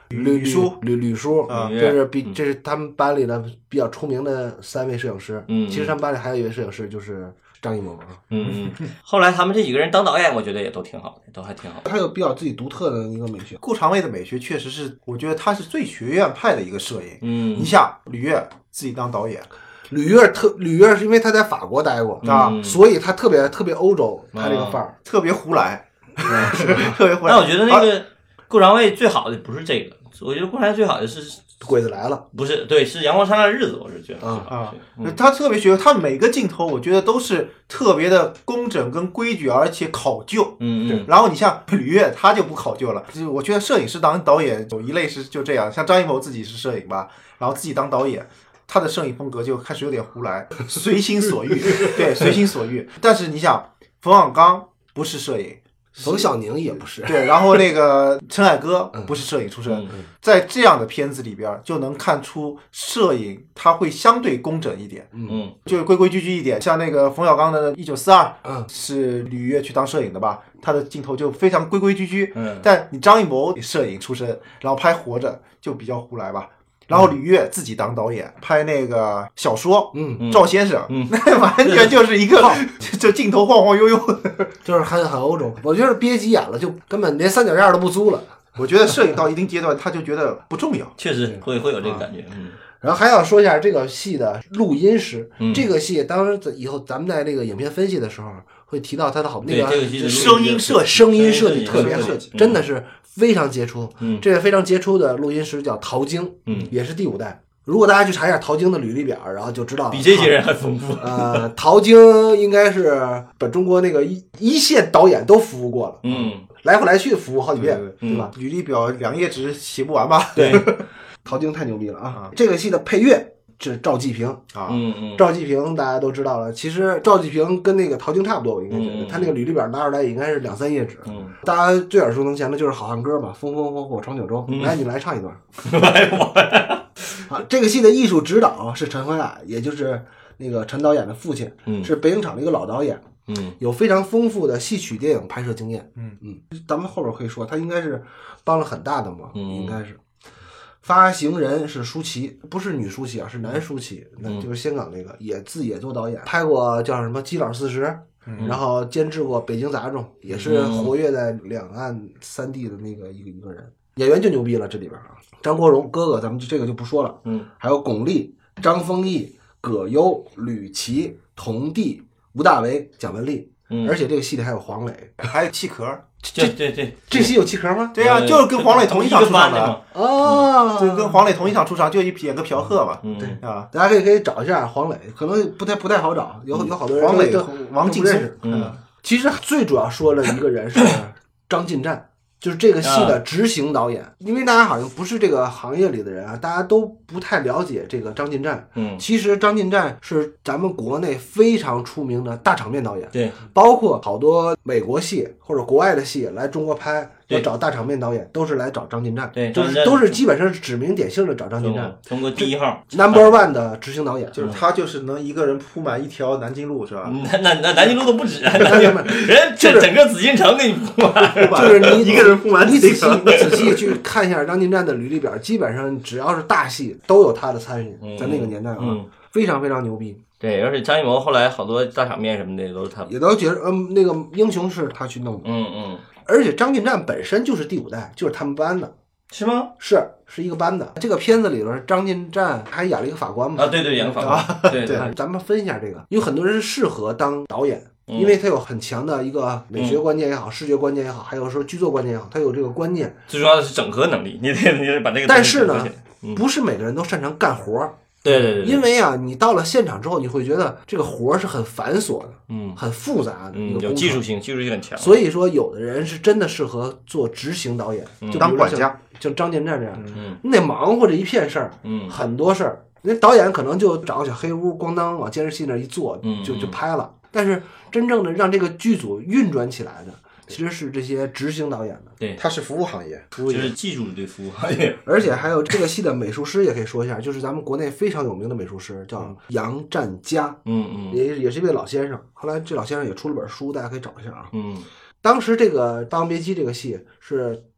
Speaker 3: 吕叔，
Speaker 1: 吕叔，这是他们班里的比较出名的3位摄影师。其实他们班里还有一位摄影师就是张艺谋。
Speaker 2: 后来他们这几个人当导演，我觉得也都挺好的，都还挺好的。
Speaker 1: 他有比较自己独特的一个美学。
Speaker 3: 顾长卫的美学确实是，我觉得他是最学院派的一个摄影。你像吕越自己当导演。
Speaker 1: 吕越是因为他在法国待过所以他特别欧洲，他这个范儿
Speaker 3: 特别胡来，特别胡来。
Speaker 2: 但我觉得那个顾长卫最好的不是这个，我觉得顾长卫最好的是《
Speaker 1: 鬼子来了》，
Speaker 2: 不是，对，是《阳光灿烂的日子》，我是觉得
Speaker 3: 他特别学，他每个镜头我觉得都是特别的工整跟规矩，而且考究。然后你像吕越，他就不考究了。就是我觉得摄影师当导演有一类是就这样，像张艺谋自己是摄影吧，然后自己当导演。他的摄影风格就开始有点胡来，随心所欲，对，随心所欲。但是你想，冯小刚不是摄影，
Speaker 1: 冯小宁也不是，
Speaker 3: 对，然后那个陈凯歌不是摄影出身，在这样的片子里边就能看出摄影它会相对工整一点，就是规规矩矩一点。像那个冯小刚的1942，是吕越去当摄影的吧，他的镜头就非常规规矩矩。但你张艺谋摄影出身，然后拍《活着》就比较胡来吧。然后吕越自己当导演，拍那个小说，赵先生，那完全就是一个就镜头晃晃悠悠，
Speaker 1: 就是很欧洲。我觉得憋急眼了，就根本连三脚架都不租了。
Speaker 3: 我觉得摄影到一定阶段，他就觉得不重要，
Speaker 2: 确实会有这个感觉。
Speaker 1: 然后还要说一下这个戏的录音师，这个戏当然以后咱们在那个影片分析的时候会提到他的好那个
Speaker 3: 声音
Speaker 1: 设计特别好，真的是非常杰出。这个非常杰出的录音师叫陶晶，也是第5代。如果大家去查一下陶晶的履历表，然后就知道
Speaker 2: 比这些人还丰富。
Speaker 1: 陶晶应该是把中国那个一线导演都服务过了，来回来去服务好几遍，对吧？
Speaker 3: 履历表2页纸写不完吧？
Speaker 2: 对。
Speaker 1: 陶晶太牛逼了啊！这个戏的配乐是赵季平
Speaker 3: 啊，
Speaker 1: 赵季平大家都知道了。其实赵季平跟那个陶晶差不多，我应该觉得他那个履历表拿出来应该是2-3页纸。大家最耳熟能详的就是《好汉歌》嘛，风风火火闯九州。来，你来唱一段。这个戏的艺术指导是陈怀矮，也就是那个陈导演的父亲，是北影厂的一个老导演。有非常丰富的戏曲电影拍摄经验。咱们后边可以说他应该是帮了很大的忙，应该是。发行人是舒淇，不是女舒淇啊，是男舒淇，那就是香港那个，也做导演，拍过叫什么《基佬40》，然后监制过《北京杂种》，也是活跃在两岸3地的那个一个人。演员就牛逼了，这里边啊，张国荣哥哥，咱们这个就不说了，还有巩俐、张丰毅、葛优、吕琦、童弟、吴大维、蒋雯丽，而且这个戏里还有黄磊，
Speaker 3: 还有契壳。
Speaker 2: 对，
Speaker 1: 这戏有契壳吗？
Speaker 3: 对啊，就是跟黄磊同一场出场的
Speaker 1: 哦，
Speaker 3: 就跟黄磊同一场出场，就演个嫖客嘛。
Speaker 1: 对啊，大家可以找一下黄磊，可能不太好找，有好多人
Speaker 3: 黄磊、王劲松。
Speaker 1: 其实最主要说了一个人是张晋战。就是这个戏的执行导演，因为大家好像不是这个行业里的人啊，大家都不太了解这个张晋战。其实张晋战是咱们国内非常出名的大场面导演，
Speaker 2: 对，
Speaker 1: 包括好多美国戏或者国外的戏来中国拍，要找大场面导演，都是来找张晋战，
Speaker 2: 对，
Speaker 1: 都是基本上是指名点姓的找张晋战，
Speaker 2: 中国第1号
Speaker 1: Number 1的执行导演，
Speaker 3: 就是他就是能一个人铺满一条南京路，是吧？
Speaker 2: 那南京路都不止，人整个紫禁城给你铺满，
Speaker 1: 就是你
Speaker 3: 一个人铺满。
Speaker 1: 你仔细去看一下张晋战的履历表，基本上只要是大戏都有他的参与，在那个年代啊，非常非常牛逼。
Speaker 2: 对，而且张艺谋后来好多大场面什么的都是他，
Speaker 1: 也都觉得那个英雄是他去弄的。而且张晋战本身就是第5代，就是他们班的。
Speaker 2: 是吗？
Speaker 1: 是一个班的。这个片子里边，张晋战还演了一个法官嘛？
Speaker 2: 啊，对，演个法官。对，
Speaker 1: 咱们分析一下这个，有很多人适合当导演。因为他有很强的一个美学观念也好，视觉观念也好，还有说剧作观念也好，他有这个观念。
Speaker 2: 最重要的是整合能力，你得把这个。
Speaker 1: 但是呢，不是每个人都擅长干活。
Speaker 2: 对，
Speaker 1: 因为啊，你到了现场之后，你会觉得这个活是很繁琐的，很复杂的，
Speaker 2: 有技术性很强。
Speaker 1: 所以说，有的人是真的适合做执行导演，就
Speaker 3: 当管家，
Speaker 1: 像张晋战这样，你得忙活这一片事儿，很多事儿。那导演可能就找个小黑屋，咣当往监视器那一坐，就拍了。但是真正的让这个剧组运转起来的，其实是这些执行导演的。
Speaker 2: 对，
Speaker 3: 他是服务行业，
Speaker 2: 就是技术对服务行业。
Speaker 1: 而且还有这个戏的美术师也可以说一下，就是咱们国内非常有名的美术师叫杨占家，也是一位老先生。后来这老先生也出了本书，大家可以找一下啊。当时这个《霸王别姬》这个戏是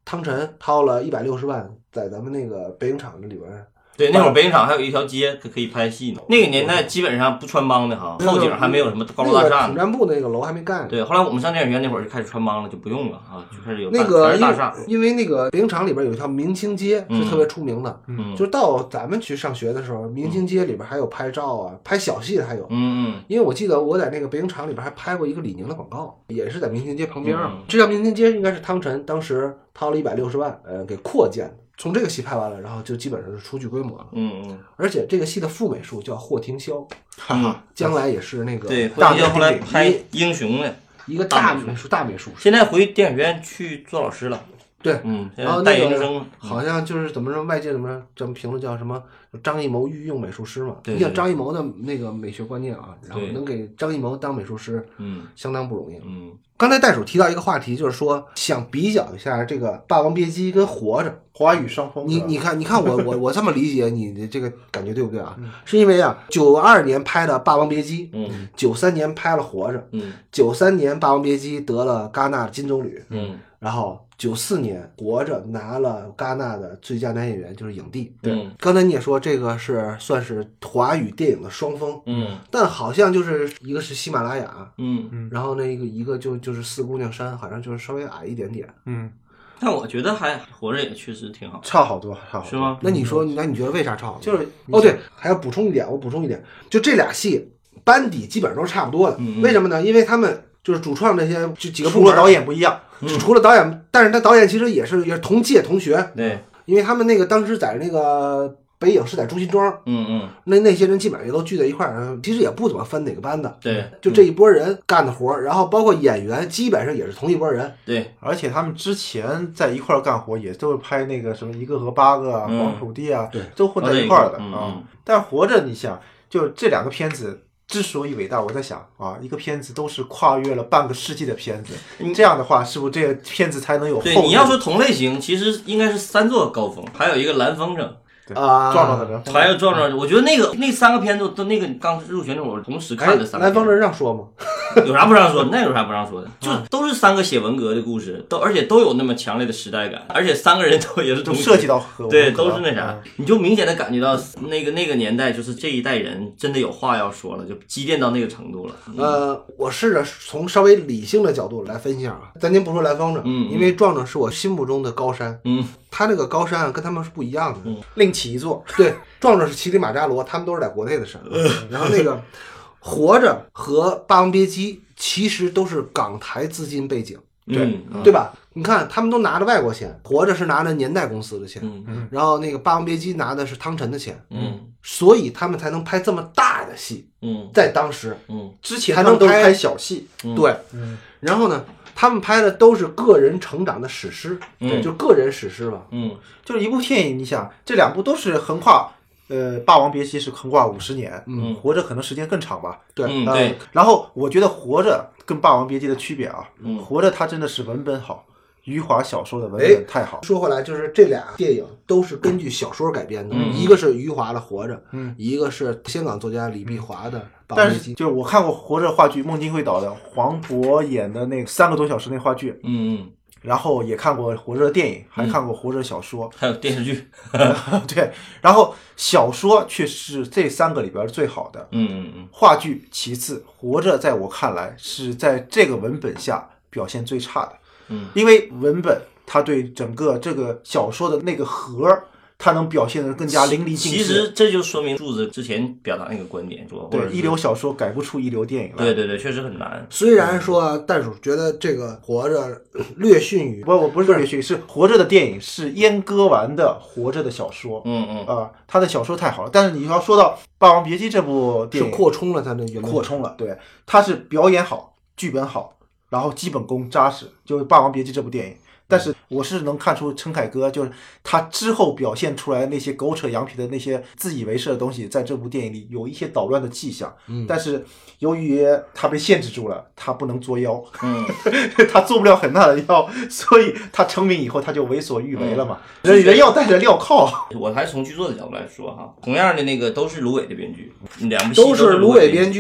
Speaker 1: 汤臣掏了160万，在咱们那个北影厂里边。
Speaker 2: 对，那会儿北影厂还有一条街可以拍戏呢。那个年代基本上不穿帮的哈，后景还没有什么高楼大厦。
Speaker 1: 统战部那个楼还没盖呢。
Speaker 2: 对，后来我们上电影学院那会儿就开始穿帮了，就不用了啊，就开始有
Speaker 1: 那个
Speaker 2: 大厦。
Speaker 1: 因为那个北影厂里边有一条明清街是特别出名的，就是到咱们去上学的时候，明清街里边还有拍照啊，拍小戏的还有。因为我记得我在那个北影厂里边还拍过一个李宁的广告，也是在明清街旁边。这条明清街应该是汤臣当时掏了160万，给扩建的。从这个戏拍完了，然后就基本上是初具规模了。而且这个戏的副美术叫霍廷霄，将来也是那个
Speaker 2: 对，霍廷霄后来拍英雄的
Speaker 1: 一个大美术。
Speaker 2: 现在回电影学院去做老师了。
Speaker 1: 对，
Speaker 2: 然后带研究生，
Speaker 1: 好像就是怎么说，外界怎么评论叫什么张艺谋御用美术师嘛。
Speaker 2: 对，
Speaker 1: 像张艺谋的那个美学观念啊，然后能给张艺谋当美术师，相当不容易。刚才袋鼠提到一个话题，就是说想比较一下这个《霸王别姬》跟《活着》
Speaker 3: 华语双丰。
Speaker 1: 你看我这么理解你的这个感觉对不对啊？是因为啊，92年拍的《霸王别姬》，93年拍了《活着》，93年《霸王别姬》得了戛纳金棕榈，然后94年《活着》拿了戛纳的最佳男演员，就是影帝。
Speaker 2: 对，
Speaker 1: 刚才你也说这个是算是华语电影的双峰，但好像就是一个是喜马拉雅，然后那个一个就是四姑娘山，好像就是稍微矮一点点。
Speaker 2: 但我觉得还活着也确实挺好，
Speaker 3: 差好多，
Speaker 2: 是吗？
Speaker 1: 那你说，那你觉得为啥差好多？
Speaker 3: 就是
Speaker 1: 对，还要补充一点，就这俩戏班底基本上都是差不多的。为什么呢？因为他们就是主创这些就几个部门，
Speaker 3: 除了导演不一样，
Speaker 1: 除了导演，但是他导演其实也是同届同学。
Speaker 2: 对，
Speaker 1: 因为他们那个当时在那个北影是在中心庄，那些人基本上也都聚在一块儿，其实也不怎么分哪个班的，
Speaker 2: 对，
Speaker 1: 就这一波人干的活，然后包括演员基本上也是同一波人，
Speaker 2: 对，
Speaker 3: 而且他们之前在一块儿干活，也都是拍那个什么一个和8个啊，黄土地啊，
Speaker 1: 对，
Speaker 3: 都混在一块儿的啊。但活着，你想，就这两个片子之所以伟大，我在想啊，一个片子都是跨越了半个世纪的片子，这样的话，是不是这个片子才能有后？
Speaker 2: 对，你要说同类型，其实应该是3座高峰，还有一个蓝风筝。
Speaker 3: 壮壮的人，
Speaker 2: 还有壮壮，我觉得那3个片子都那个刚入学那会儿同时看的3个。
Speaker 1: 蓝风筝让说吗？
Speaker 2: 有啥不让说？那有啥不让说的？就都是3个写文革的故事，而且都有那么强烈的时代感，而且3个人也是
Speaker 3: 都涉及到
Speaker 2: 对，都是那啥，你就明显的感觉到那个年代就是这一代人真的有话要说了，就积淀到那个程度了。
Speaker 1: 我试着从稍微理性的角度来分析啊，咱先不说蓝风筝，因为壮壮是我心目中的高山，他那个高山啊跟他们是不一样的，
Speaker 3: 另起一座。
Speaker 1: 对，壮壮是乞力马扎罗，他们都是在国内的事。然后那个活着和霸王别姬其实都是港台资金背景，对吧？你看他们都拿着外国钱，活着是拿着年代公司的钱，然后那个霸王别姬拿的是汤臣的钱，所以他们才能拍这么大的戏，在当时，
Speaker 3: 之前他们都拍小戏，
Speaker 1: 对，然后呢？他们拍的都是个人成长的史诗，就个人史诗吧。
Speaker 3: 就是一部电影，你想这2部都是横跨，霸王别姬是横跨50年，活着可能时间更长吧。
Speaker 1: 对，
Speaker 2: 对。
Speaker 3: 然后我觉得活着跟霸王别姬的区别啊，活着它真的是文本好。余华小说的文本太好。
Speaker 1: 说回来，就是这俩电影都是根据小说改编的，一个是余华的《活着》，一个是香港作家李碧华的《霸王别姬》。
Speaker 3: 就是我看过《活着》话剧，孟京辉导的，黄渤演的那3个多小时那话剧，然后也看过《活着》的电影，还看过《活着》小说，
Speaker 2: 还有电视剧。
Speaker 3: 对，然后小说却是这3个里边最好的，话剧其次，《活着》在我看来是在这个文本下表现最差的。因为文本它对整个这个小说的那个核，它能表现得更加淋漓尽致。
Speaker 2: 其实这就说明柱子之前表达那个观点，说
Speaker 3: 对一流小说改不出一流电影来。
Speaker 2: 对，确实很难。
Speaker 1: 虽然说袋鼠觉得这个活着略逊于
Speaker 3: 我不是略逊，是活着的电影是阉割完的活着的小说。他的小说太好了，但是你要说到《霸王别姬》这部电影，
Speaker 1: 是扩充了他的原
Speaker 3: 扩充了，对，他是表演好，剧本好。然后基本功扎实，就是《霸王别姬》这部电影。但是我是能看出陈凯歌就是他之后表现出来那些狗扯羊皮的那些自以为是的东西，在这部电影里有一些捣乱的迹象。但是由于他被限制住了，他不能作妖，他做不了很大的妖，所以他成名以后他就为所欲为了嘛。人要带着镣铐。
Speaker 2: 我还是从剧作的角度来说哈，同样的那个都是芦苇的编剧，2部戏
Speaker 1: 都是芦苇编剧。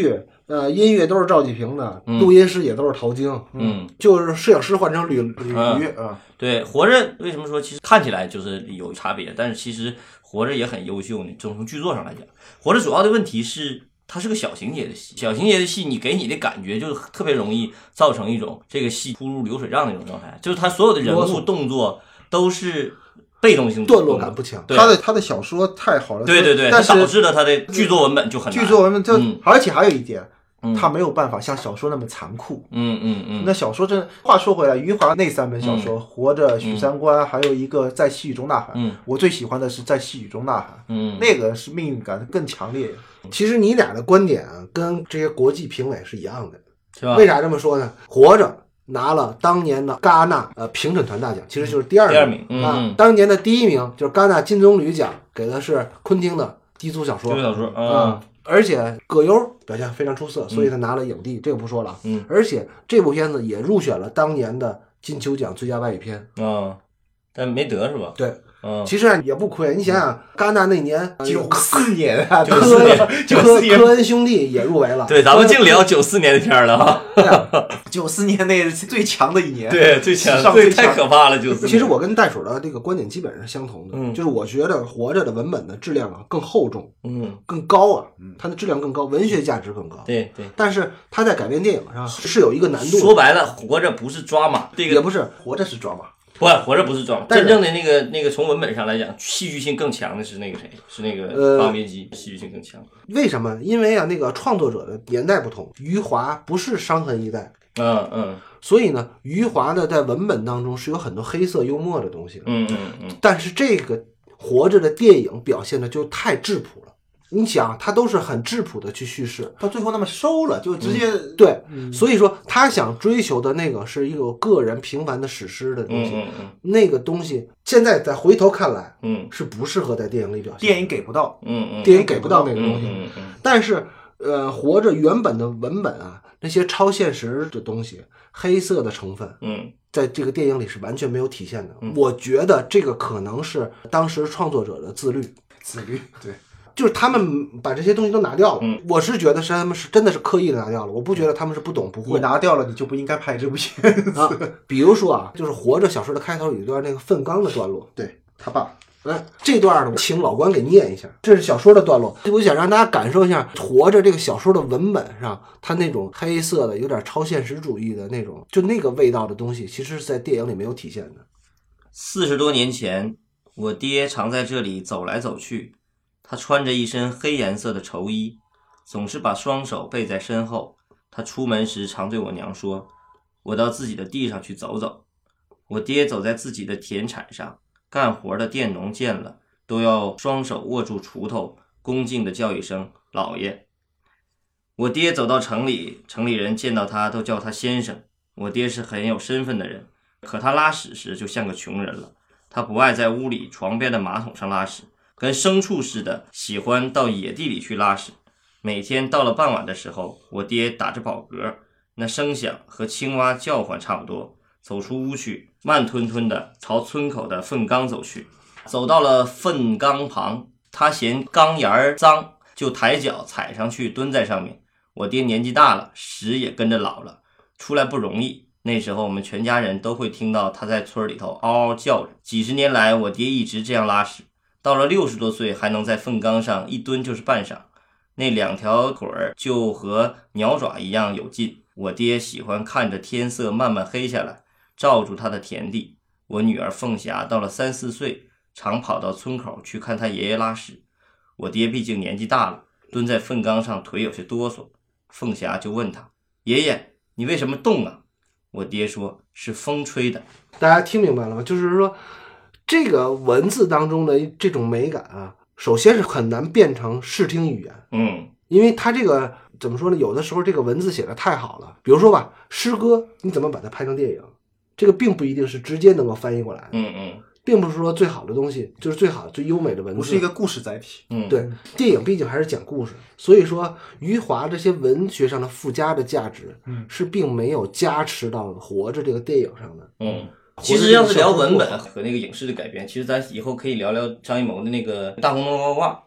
Speaker 1: 音乐都是赵季平的，录音师也都是陶晶，就是摄影师换成吕瑜啊。
Speaker 2: 对，活着为什么说其实看起来就是有差别，但是其实活着也很优秀呢？从剧作上来讲，活着主要的问题是它是个小情节的戏，小情节的戏你给你的感觉就特别容易造成一种这个戏扑入流水账那种状态，就是它所有的人物动作都是被动性
Speaker 1: 段落感不强，
Speaker 3: 他的小说太好了，
Speaker 2: 对，
Speaker 3: 但是
Speaker 2: 导致了他的剧作文本就很难，
Speaker 3: 剧作文本就而且还有一点。他没有办法像小说那么残酷。那小说真话说回来，余华那3本小说，活着、许三观，还有一个在细雨中呐喊。我最喜欢的是在细雨中呐喊。那个是命运感更强烈。
Speaker 1: 其实你俩的观点啊，跟这些国际评委是一样的，
Speaker 2: 是吧？
Speaker 1: 为啥这么说呢？活着拿了当年的戛纳评审团大奖，其实就是第二名啊。当年的第1名就是戛纳金棕榈奖，给的是昆汀的低俗小说。
Speaker 2: 低俗小说啊。
Speaker 1: 而且葛优表现非常出色，所以他拿了影帝，这个不说了。而且这部片子也入选了当年的金球奖最佳外语片
Speaker 2: 但没得是吧？
Speaker 1: 对，其实也不亏。你想想，戛纳那年
Speaker 3: 94年啊
Speaker 1: 科恩兄弟也入围了。
Speaker 2: 对，咱们净聊94年的片了哈。
Speaker 3: 94年那是最强的一年，
Speaker 2: 对，最强，太可怕了。94。
Speaker 1: 其实我跟袋鼠的这个观点基本上是相同的，就是我觉得活着的文本的质量啊更厚重，更高啊，它的质量更高，文学价值更高。
Speaker 2: 对。
Speaker 1: 但是它在改编电影上是有一个难度。
Speaker 2: 说白了，活着不是抓马，这个
Speaker 1: 也不是，
Speaker 3: 活着是抓马。
Speaker 2: 不，活着不是装，真正的那个从文本上来讲，戏剧性更强的是那个谁？是那个方别姬，戏剧性更强。
Speaker 1: 为什么？因为啊，那个创作者的年代不同，余华不是伤痕一代，所以呢，余华的在文本当中是有很多黑色幽默的东西，但是这个活着的电影表现的就太质朴了。你想，他都是很质朴的去叙事，
Speaker 3: 到最后那么收了，就直接
Speaker 1: 对，所以说他想追求的那个是一个个人平凡的史诗的东西，那个东西现在再回头看来，是不适合在电影里表现，
Speaker 3: 电影给不到，
Speaker 1: 电影给不到那个东西，但是活着原本的文本啊，那些超现实的东西，黑色的成分，在这个电影里是完全没有体现的。我觉得这个可能是当时创作者的自律，
Speaker 3: 对。
Speaker 1: 就是他们把这些东西都拿掉了，我是觉得是他们是真的是刻意的拿掉了，我不觉得他们是不懂不会。
Speaker 3: 你拿掉了，你就不应该拍这部片子
Speaker 1: 啊。比如说啊，就是《活着》小说的开头有一段那个粪缸的段落，
Speaker 3: 对他爸，
Speaker 1: 这段呢，我请老关给念一下，这是小说的段落，我想让大家感受一下《活着》这个小说的文本上，它那种黑色的、有点超现实主义的那种，就那个味道的东西，其实是在电影里没有体现的。
Speaker 2: 40多年前，我爹常在这里走来走去。他穿着一身黑颜色的绸衣，总是把双手背在身后。他出门时常对我娘说：“我到自己的地上去走走。”我爹走在自己的田产上，干活的佃农见了都要双手握住锄头，恭敬地叫一声“老爷”。我爹走到城里，城里人见到他都叫他先生。我爹是很有身份的人，可他拉屎时就像个穷人了。他不爱在屋里床边的马桶上拉屎，跟牲畜似的，喜欢到野地里去拉屎。每天到了傍晚的时候，我爹打着饱嗝，那声响和青蛙叫唤差不多，走出屋去，慢吞吞地朝村口的粪缸走去。走到了粪缸旁，他嫌缸沿儿脏，就抬脚踩上去，蹲在上面。我爹年纪大了，屎也跟着老了，出来不容易。那时候我们全家人都会听到他在村里头嗷嗷叫着。几十年来，我爹一直这样拉屎。到了60多岁，还能在粪缸上一蹲就是半晌，那2条腿就和鸟爪一样有劲。我爹喜欢看着天色慢慢黑下来，照住他的田地。我女儿凤霞到了3、4岁，常跑到村口去看他爷爷拉屎。我爹毕竟年纪大了，蹲在粪缸上腿有些哆嗦。凤霞就问他：“爷爷，你为什么动啊？”我爹说：“是风吹的。”
Speaker 1: 大家听明白了吗？就是说这个文字当中的这种美感啊，首先是很难变成视听语言，因为它这个怎么说呢？有的时候这个文字写的太好了，比如说吧，诗歌你怎么把它拍成电影，这个并不一定是直接能够翻译过来，并不是说最好的东西就是最好最优美的文字，
Speaker 3: 不是一个故事载体，
Speaker 1: 对，电影毕竟还是讲故事，所以说余华这些文学上的附加的价值，是并没有加持到活着这个电影上的，
Speaker 2: 其实要是聊文本和那个影视的改编，其实咱以后可以聊聊张艺谋的那个大红灯笼高挂，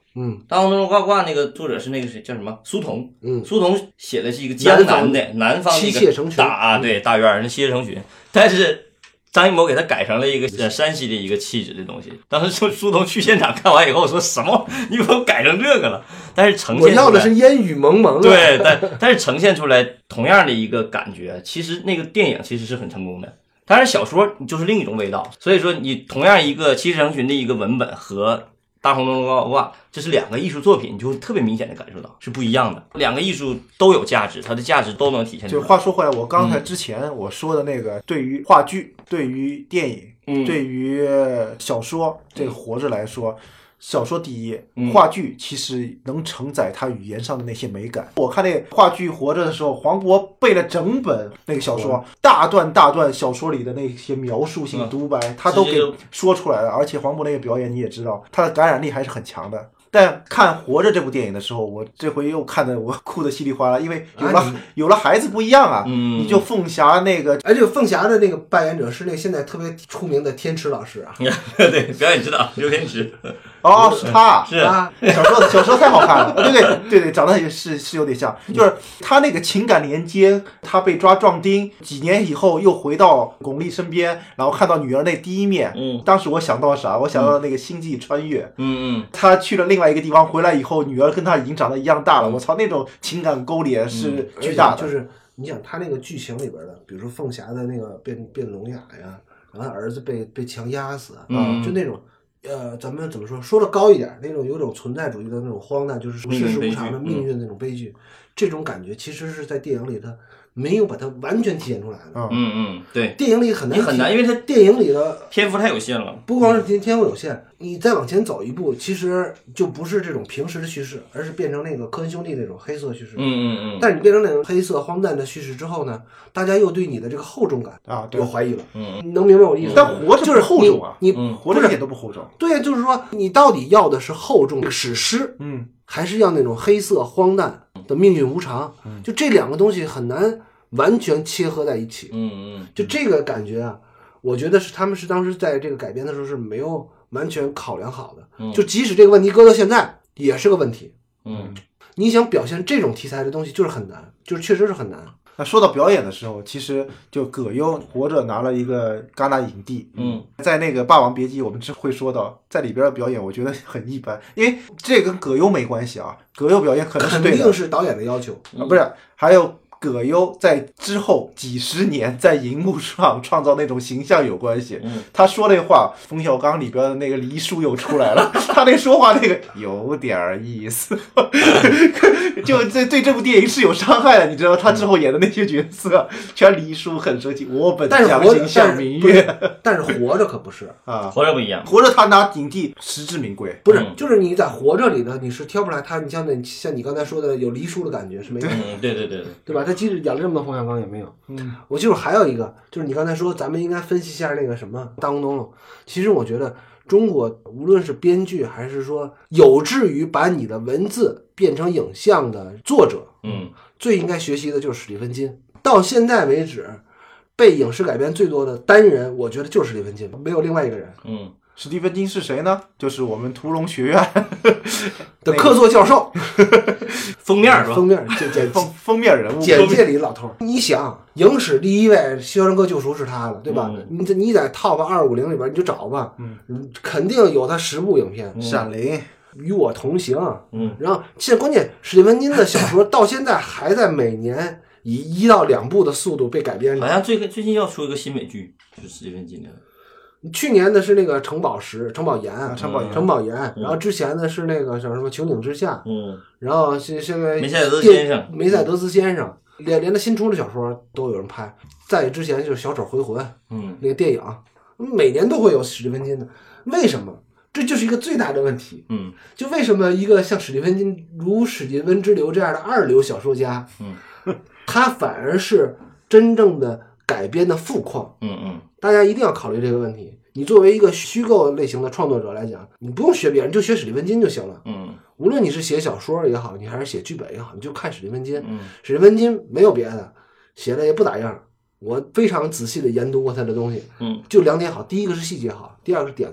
Speaker 2: 大红灯笼高挂那个作者是那个谁叫什么苏童，苏童写的是一个江南的南方的一个大院，那妻妾成群，但是张艺谋给他改成了一个山西的一个气质的东西。当时苏童去现场看完以后说什么，你给我改成这个了？但是呈现出来
Speaker 1: 我要的是烟雨蒙蒙。
Speaker 2: 对，但是呈现出来同样的一个感觉，其实那个电影其实是很成功的。当然小说就是另一种味道，所以说你同样一个妻妾成群的一个文本和大红灯笼高挂，这是两个艺术作品，你就会特别明显的感受到是不一样的。两个艺术都有价值，它的价值都能体现出来。
Speaker 3: 就话说回来，我刚才之前我说的那个，对于话剧、对于电影、对于小说，这个活着来说，小说第一，话剧其实能承载它语言上的那些美感。我看那个话剧活着的时候，黄渤背了整本那个小说，大段小说里的那些描述性独白，他都给说出来了。而且黄渤那个表演你也知道，他的感染力还是很强的。但看《活着》这部电影的时候，我这回又看得我哭得稀里哗啦，因为有了孩子不一样啊。你就凤霞那个，
Speaker 1: 而且凤霞的那个扮演者是那个现在特别出名的天池老师啊。
Speaker 2: 对，表演指导刘天池。
Speaker 3: 哦，是他，
Speaker 2: 是啊，
Speaker 3: 小说太好看了，对，长得也是有点像，就是他那个情感连接，他被抓壮丁，几年以后又回到巩俐身边，然后看到女儿那第一面，当时我想到啥？我想到那个星际穿越，他去了另外一个地方，回来以后，女儿跟他已经长得一样大了，我操，那种情感勾连是巨大的。
Speaker 1: 就是你想他那个剧情里边的，比如说凤霞的那个变聋哑呀，然后他儿子被强压死，就那种。咱们怎么说的高一点，那种有种存在主义的那种荒诞，就是世事无常的命运那种悲剧，这种感觉其实是在电影里它没有把它完全体现出来的。
Speaker 2: 对，
Speaker 1: 电影里很难，
Speaker 2: 因为它
Speaker 1: 电影里的
Speaker 2: 篇幅太有限了。
Speaker 1: 不光是篇幅有限，你再往前走一步，其实就不是这种平实的叙事，而是变成那个科恩兄弟那种黑色叙事。但是你变成那种黑色荒诞的叙事之后呢，大家又对你的这个厚重感有怀疑了。你能明白我的意思？
Speaker 3: 但活着就是厚重啊，
Speaker 1: 你
Speaker 3: 活着一点都不厚重。
Speaker 1: 对，就是说你到底要的是厚重的史诗，还是要那种黑色荒诞的命运无常？就这两个东西很难完全切合在一起。就这个感觉啊，我觉得他们是当时在这个改编的时候是没有完全考量好的。就即使这个问题搁到现在也是个问题。你想表现这种题材的东西就是很难，就是确实是很难。
Speaker 3: 那说到表演的时候，其实就葛优活着拿了一个戛纳影帝，在那个《霸王别姬》我们会说到，在里边的表演我觉得很一般，因为这跟葛优没关系啊，葛优表演可能是对的，
Speaker 1: 肯定是导演的要求
Speaker 3: 不是，还有葛优在之后几十年在荧幕上创造那种形象有关系。他说那话，冯小刚里边的那个黎叔又出来了，他那说话那个有点意思，就对这部电影是有伤害的。你知道他之后演的那些角色，全黎叔很生气，我本将心向明月。
Speaker 1: 但是活着可不是
Speaker 2: 啊，活着不一样，
Speaker 3: 活着他拿影帝实至名归。
Speaker 1: 不是，就是你在活着里的你是挑不出来他，你像你刚才说的有黎叔的感觉是没有。对吧？他即使演了这么多冯小刚也没有。我就是还有一个，就是你刚才说咱们应该分析一下那个什么大红灯笼。其实我觉得中国无论是编剧还是说有志于把你的文字变成影像的作者，最应该学习的就是史蒂芬金。到现在为止，被影视改编最多的单人，我觉得就是史蒂芬金，没有另外一个人。
Speaker 3: 史蒂芬金是谁呢？就是我们屠龙学院
Speaker 1: 的客座教授，
Speaker 2: 封面是吧？
Speaker 3: 封面人物，
Speaker 1: 简介里老头。你想，影史第一位《肖申克救赎》是他了，对吧？你在 Top 250里边你就找吧，肯定有他10部影片，《
Speaker 3: 闪灵》、
Speaker 1: 与我同行，然后现在关键史蒂芬金的小说到现在还在每年以1到2部的速度被改编。
Speaker 2: 好像最近要出一个新美剧，就是史蒂芬金的。
Speaker 1: 去年的是那个城堡岩，然后之前的是那个叫什么穹顶之下，然后现在梅赛德斯先生，连他新出的小说都有人拍。在之前就是小丑回魂，那个电影每年都会有史蒂芬金的，为什么？这就是一个最大的问题。就为什么一个像史蒂芬金如史蒂芬之流这样的二流小说家，他反而是真正的改编的富矿。大家一定要考虑这个问题。你作为一个虚构类型的创作者来讲，你不用学别人，就学史蒂芬金就行了。无论你是写小说也好，你还是写剧本也好，你就看史蒂芬金。史蒂芬金没有别的，写的也不咋样。我非常仔细的研读过他的东西，就2点好，第一个是细节好，第二个是点子好。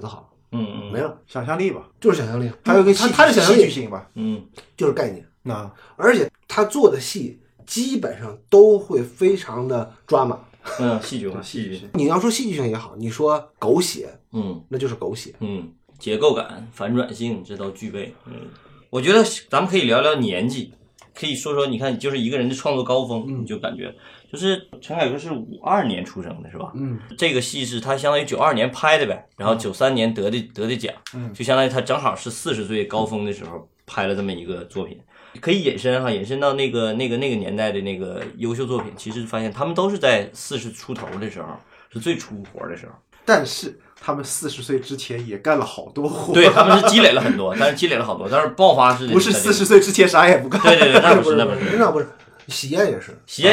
Speaker 1: 没了，
Speaker 3: 想象力吧，
Speaker 1: 就是想象力。
Speaker 3: 还有个
Speaker 1: 他的想象力
Speaker 3: 戏剧性吧，
Speaker 1: 就是概念。
Speaker 3: 那
Speaker 1: 而且他做的戏基本上都会非常的抓马。
Speaker 2: 戏剧化，戏剧性。
Speaker 1: 你要说戏剧性也好，你说狗血，那就是狗血。
Speaker 2: 结构感、反转性这都具备。我觉得咱们可以聊聊年纪，可以说说，你看，就是一个人的创作高峰，你就感觉就是陈凯歌是52年出生的，是吧？这个戏是他相当于92年拍的呗，然后93年得的奖，就相当于他正好是40岁高峰的时候拍了这么一个作品。可以引申到那个年代的那个优秀作品，其实发现他们都是在40出头的时候是最出活的时候，
Speaker 3: 但是他们40岁之前也干了好多活，
Speaker 2: 对，他们是积累了很多，但是爆发是
Speaker 3: 不是40岁之前啥也不干？
Speaker 2: 对，那不是，
Speaker 1: 那不是。喜宴也是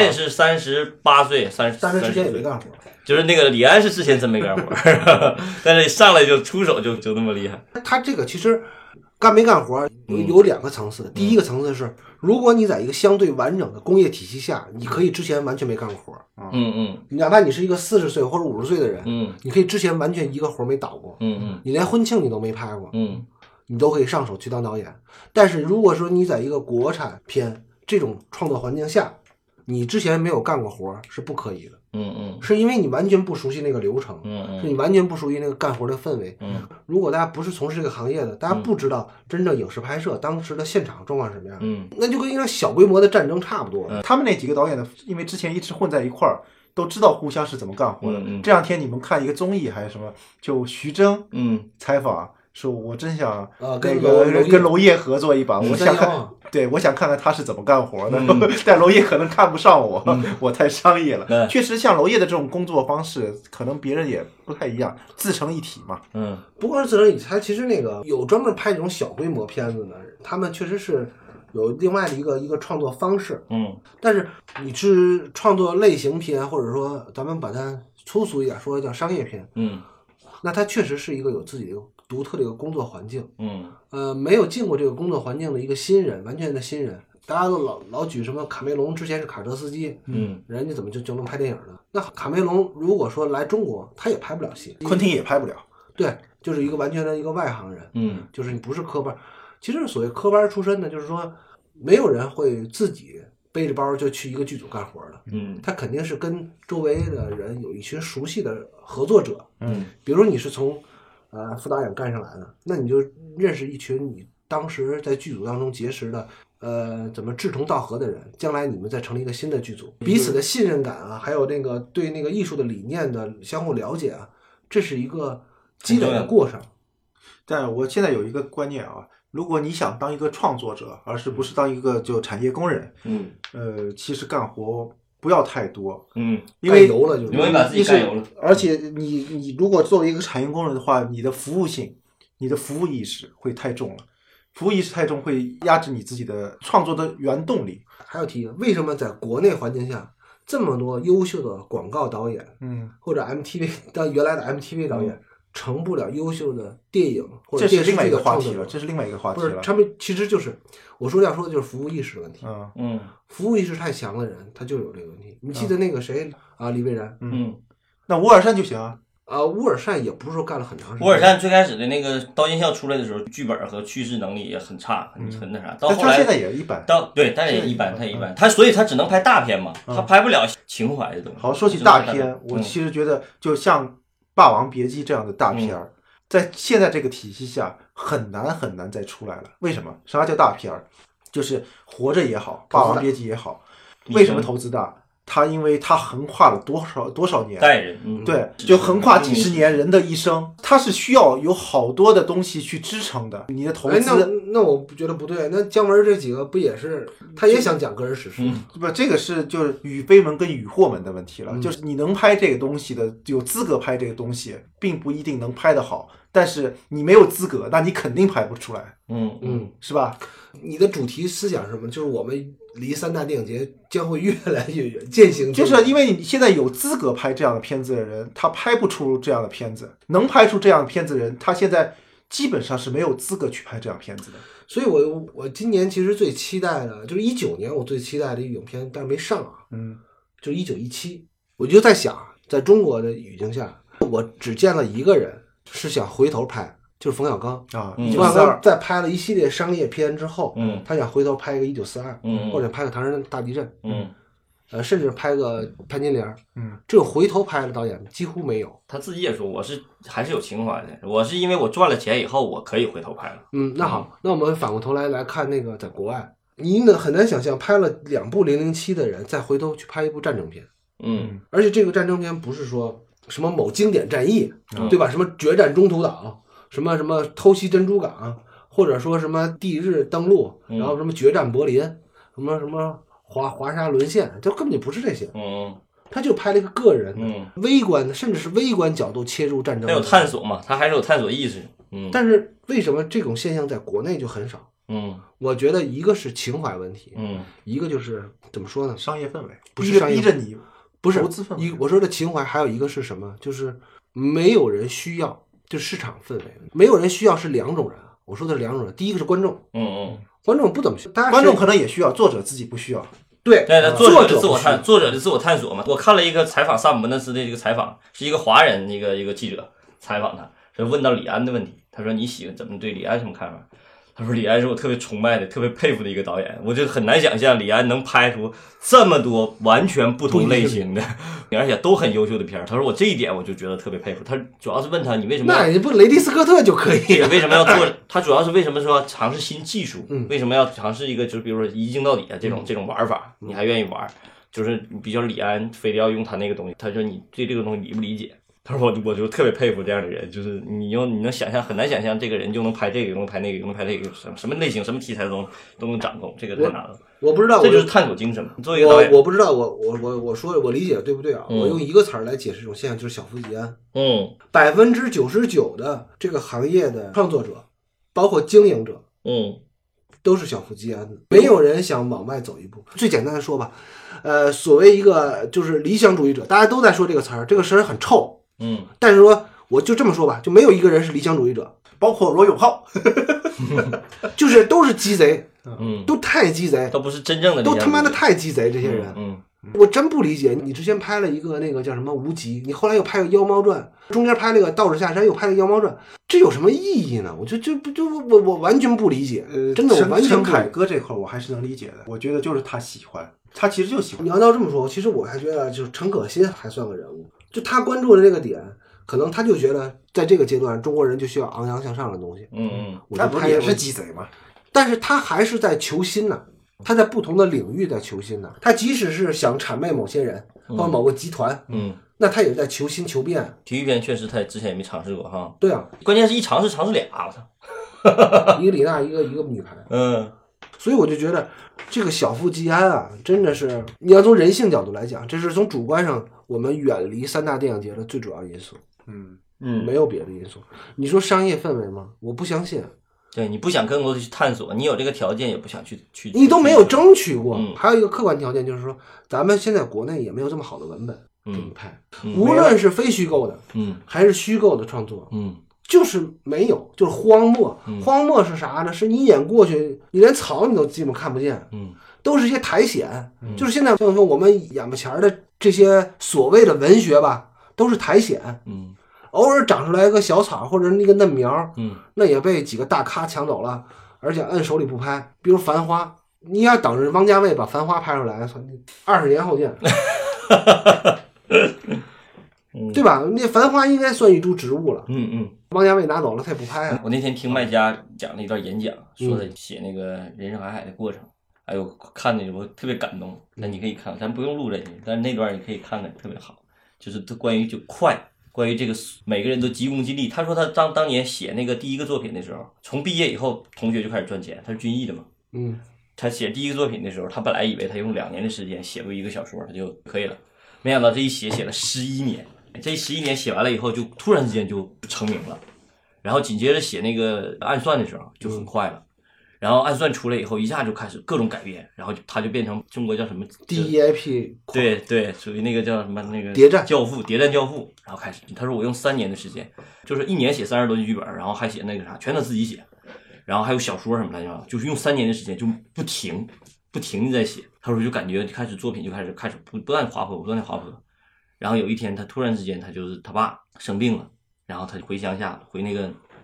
Speaker 2: 38岁
Speaker 1: ，30之前也没干活。
Speaker 2: 就是那个李安是之前真没干活，但是上来就出手就那么厉害。
Speaker 1: 他这个其实干没干活有2个层次，第一个层次是，如果你在一个相对完整的工业体系下，你可以之前完全没干过活，哪怕你是一个40岁或者50岁的人，你可以之前完全一个活没倒过，你连婚庆你都没拍过，你都可以上手去当导演。但是如果说你在一个国产片这种创作环境下，你之前没有干过活是不可以的。是因为你完全不熟悉那个流程，是你完全不熟悉那个干活的氛围。如果大家不是从事这个行业的，大家不知道真正影视拍摄当时的现场状况是什么样，那就跟一个小规模的战争差不多。
Speaker 3: 他们那几个导演的，因为之前一直混在一块儿，都知道互相是怎么干活的。这两天你们看一个综艺还是什么，就徐峥采访说，我真想跟娄烨合作一把，我想看。对，我想看看他是怎么干活的，但娄烨可能看不上我，我太商业了。确实，像娄烨的这种工作方式，可能别人也不太一样，自成一体嘛。
Speaker 1: 不光是自成一体，他其实那个有专门拍这种小规模片子的，他们确实是有另外的一个创作方式。但是你是创作类型片，或者说咱们把它粗俗一点说叫商业片，那它确实是一个有自己的独特的一个工作环境。没有进过这个工作环境的一个新人，完全的新人，大家都老举什么卡梅隆之前是卡车司机，人家怎么就能拍电影呢？那卡梅隆如果说来中国，他也拍不了戏，
Speaker 3: 昆汀也拍不了。
Speaker 1: 对，就是一个完全的一个外行人。就是你不是科班，其实所谓科班出身的，就是说没有人会自己背着包就去一个剧组干活的。他肯定是跟周围的人有一群熟悉的合作者。比如说你是从副导演干上来的，那你就认识一群你当时在剧组当中结识的怎么志同道合的人，将来你们再成立一个新的剧组，彼此的信任感啊，还有那个对那个艺术的理念的相互了解啊，这是一个积累的过程。
Speaker 3: 但我现在有一个观念啊，如果你想当一个创作者，而是不是当一个就产业工人，其实干活不要太多，因为
Speaker 1: 油了就
Speaker 2: 容易把自己干油了。
Speaker 3: 而且你如果作为一个产业工人的话，你的服务性、你的服务意识会太重了，服务意识太重会压制你自己的创作的原动力。
Speaker 1: 还要提，为什么在国内环境下这么多优秀的广告导演，或者 MTV 当原来的 MTV 导演，成不了优秀的电影或者电视剧的创作者？
Speaker 3: 这是另外一个话题了。
Speaker 1: 不是，他们其实就是我要说的就是服务意识的问题。服务意识太强的人，他就有这个问题。你记得那个谁啊，李蔚然？
Speaker 3: 那乌尔善就行啊。
Speaker 1: 乌尔善也不是说干了很长时间。
Speaker 2: 乌尔善最开始的那个《刀剑笑》出来的时候，剧本和叙事能力也很差，很那啥。到后来，
Speaker 3: 但他现在也一般。
Speaker 2: 对，但是也一般，他一般。所以他只能拍大片嘛，他拍不了情怀的东西。
Speaker 3: 好，说起大片，我其实觉得就像《霸王别姬》这样的大片，在现在这个体系下很难再出来了。为什么？啥叫大片？就是《活着》也好，《霸王别姬》也好，为什么投资大？因为他横跨了多少年
Speaker 2: 代人，
Speaker 3: 对，就横跨几十年人的一生，他是需要有好多的东西去支撑的。你的投资，
Speaker 1: 那我觉得不对。那姜文这几个不也是，他也想讲个人史诗？
Speaker 3: 不，这个是就是与非门跟与祸门的问题了。就是你能拍这个东西的，有资格拍这个东西，并不一定能拍得好。但是你没有资格，那你肯定拍不出来。是吧？
Speaker 1: 你的主题思想是什么？就是我们离3大电影节将会越来越远，渐行渐远。
Speaker 3: 就是因为你现在有资格拍这样的片子的人，他拍不出这样的片子；能拍出这样的片子的人，他现在基本上是没有资格去拍这样片子的。
Speaker 1: 所以我今年其实最期待的就是19年，我最期待的一个影片，但是没上啊。就是1917，我就在想，在中国的语境下，我只见了一个人是想回头拍就是冯小刚
Speaker 3: 啊
Speaker 1: 冯小刚在拍了一系列商业片之后，他想回头拍一个1942，或者拍个唐山大地震，甚至拍个潘金莲，这种回头拍的导演几乎没有。
Speaker 2: 他自己也说，我是还是有情怀的，我是因为我赚了钱以后，我可以回头拍了。
Speaker 1: 那好，那我们反过头来看那个在国外，你很难想象拍了2部007的人再回头去拍一部战争片，而且这个战争片不是说什么某经典战役，对吧？什么决战中途岛，什么偷袭珍珠港，或者说什么地日登陆，然后什么决战柏林，什么华沙沦陷，这根本就不是这些。他就拍了一个个人的、微观的，甚至是微观角度切入战争。
Speaker 2: 他有探索嘛？他还是有探索意识。
Speaker 1: 但是为什么这种现象在国内就很少？我觉得一个是情怀问题，一个就是怎么说呢？
Speaker 3: 商业氛围，
Speaker 1: 不是商业
Speaker 3: 逼着你，
Speaker 1: 不是
Speaker 3: 投资氛围。
Speaker 1: 我说的情怀，还有一个是什么？就是没有人需要，就市场氛围，没有人需要是2种人。我说的是2种人，第一个是观众，观众不怎么需要，
Speaker 3: 观众可能也需要，作者自己不需要。
Speaker 1: 对，
Speaker 2: 作者的自我探索嘛。我看了一个采访萨姆门德斯的这个采访，是一个华人一个记者采访他，就问到李安的问题，他说你怎么对李安什么看法？他说李安是我特别崇拜的、特别佩服的一个导演，我就很难想象李安能拍出这么多完全不同类型的，而且都很优秀的片儿。他说我这一点我就觉得特别佩服。他主要是问他你为什么
Speaker 1: 那你不雷迪斯科特就可以？
Speaker 2: 为什么要做？他主要是为什么说尝试新技术？为什么要尝试一个就是比如说一镜到底啊这种玩法，你还愿意玩？就是比较李安非得要用他那个东西。他说你对这个东西理不理解？他说我就特别佩服这样的人，就是你能想象，很难想象这个人就能拍这个，又能拍那个，又能拍那个，什么类型、什么题材都能掌控，这个太难了。
Speaker 1: 我不知道，
Speaker 2: 这就是探索精神嘛。作为一个导演，
Speaker 1: 我不知道，我说我理解对不对啊？我用一个词儿来解释这种现象，就是小富即安。99%的这个行业的创作者，包括经营者，都是小富即安的，没有人想往外走一步。最简单的说吧，所谓一个就是理想主义者，大家都在说这个词儿，这个词儿很臭。但是说我就这么说吧，就没有一个人是理想主义者，
Speaker 3: 包括罗永浩，
Speaker 1: 就是都是鸡贼，都太鸡贼，
Speaker 2: 都不是真正的，
Speaker 1: 都他妈的太鸡贼，这些人，我真不理解。你之前拍了一个那个叫什么无极，你后来又拍个妖猫传，中间拍了个道士下山，又拍了妖猫传，这有什么意义呢？我完全不理解，真的我完全不理解。
Speaker 3: 陈凯歌这块我还是能理解的，我觉得就是他喜欢，他其实就喜欢。
Speaker 1: 你要这么说，其实我还觉得就是陈可辛还算个人物。就他关注的这个点，可能他就觉得在这个阶段中国人就需要昂扬向上的东西。
Speaker 3: 他不也是鸡贼吗？
Speaker 1: 但是他还是在求新呢，他在不同的领域在求新呢。他即使是想谄媚某些人或者某个集团，那他也是在求新求变。
Speaker 2: 体育片确实他之前也没尝试过哈。
Speaker 1: 对啊，
Speaker 2: 关键是一尝试俩，我操，
Speaker 1: 一个李娜，一个女排。所以我就觉得这个小富即安啊，真的是你要从人性角度来讲，这是从主观上我们远离3大电影节的最主要因素。没有别的因素。你说商业氛围吗？我不相信。
Speaker 2: 对，你不想更多的去探索，你有这个条件也不想去，
Speaker 1: 你都没有争取过。还有一个客观条件就是说，咱们现在国内也没有这么好的文本给你拍，无论是非虚构的，还是虚构的创作，就是没有，就是荒漠。荒漠是啥呢？是你一眼过去，你连草你都基本看不见，都是一些苔藓。就是现在像说我们眼巴前的这些所谓的文学吧，都是苔藓。偶尔长出来一个小草或者那个嫩苗，那也被几个大咖抢走了，而且摁手里不拍。比如《繁花》，你要等着王家卫把《繁花》拍出来，20年后见。对吧？那《繁花》应该算一株植物了。王家卫拿走了，他也不拍啊。
Speaker 2: 我那天听麦家讲了一段演讲，说他写那个人生海海的过程，哎呦，看那我特别感动。那你可以看，咱不用录这些，但是那段你可以看看，特别好。就是他关于关于这个每个人都急功近利。他说他当年写那个第一个作品的时候，从毕业以后同学就开始赚钱，他是军艺的嘛。他写第一个作品的时候，他本来以为他用2年的时间写过一个小说他就可以了，没想到这一写了11年。这11年写完了以后，就突然之间就成名了，然后紧接着写那个暗算的时候就很快了，然后暗算出来以后，一下就开始各种改变，然后他就变成中国叫什么
Speaker 1: DEIP，
Speaker 2: 对，属于那个叫什么那个
Speaker 1: 谍战教
Speaker 2: 父，然后开始他说我用3年的时间，就是1年写30多句剧本，然后还写那个啥，全他自己写，然后还有小说什么的，就是用3年的时间就不停的在写。他说就感觉开始作品就开始不断滑坡，然后有一天他突然之间他爸生病了，然后他就回乡下回那个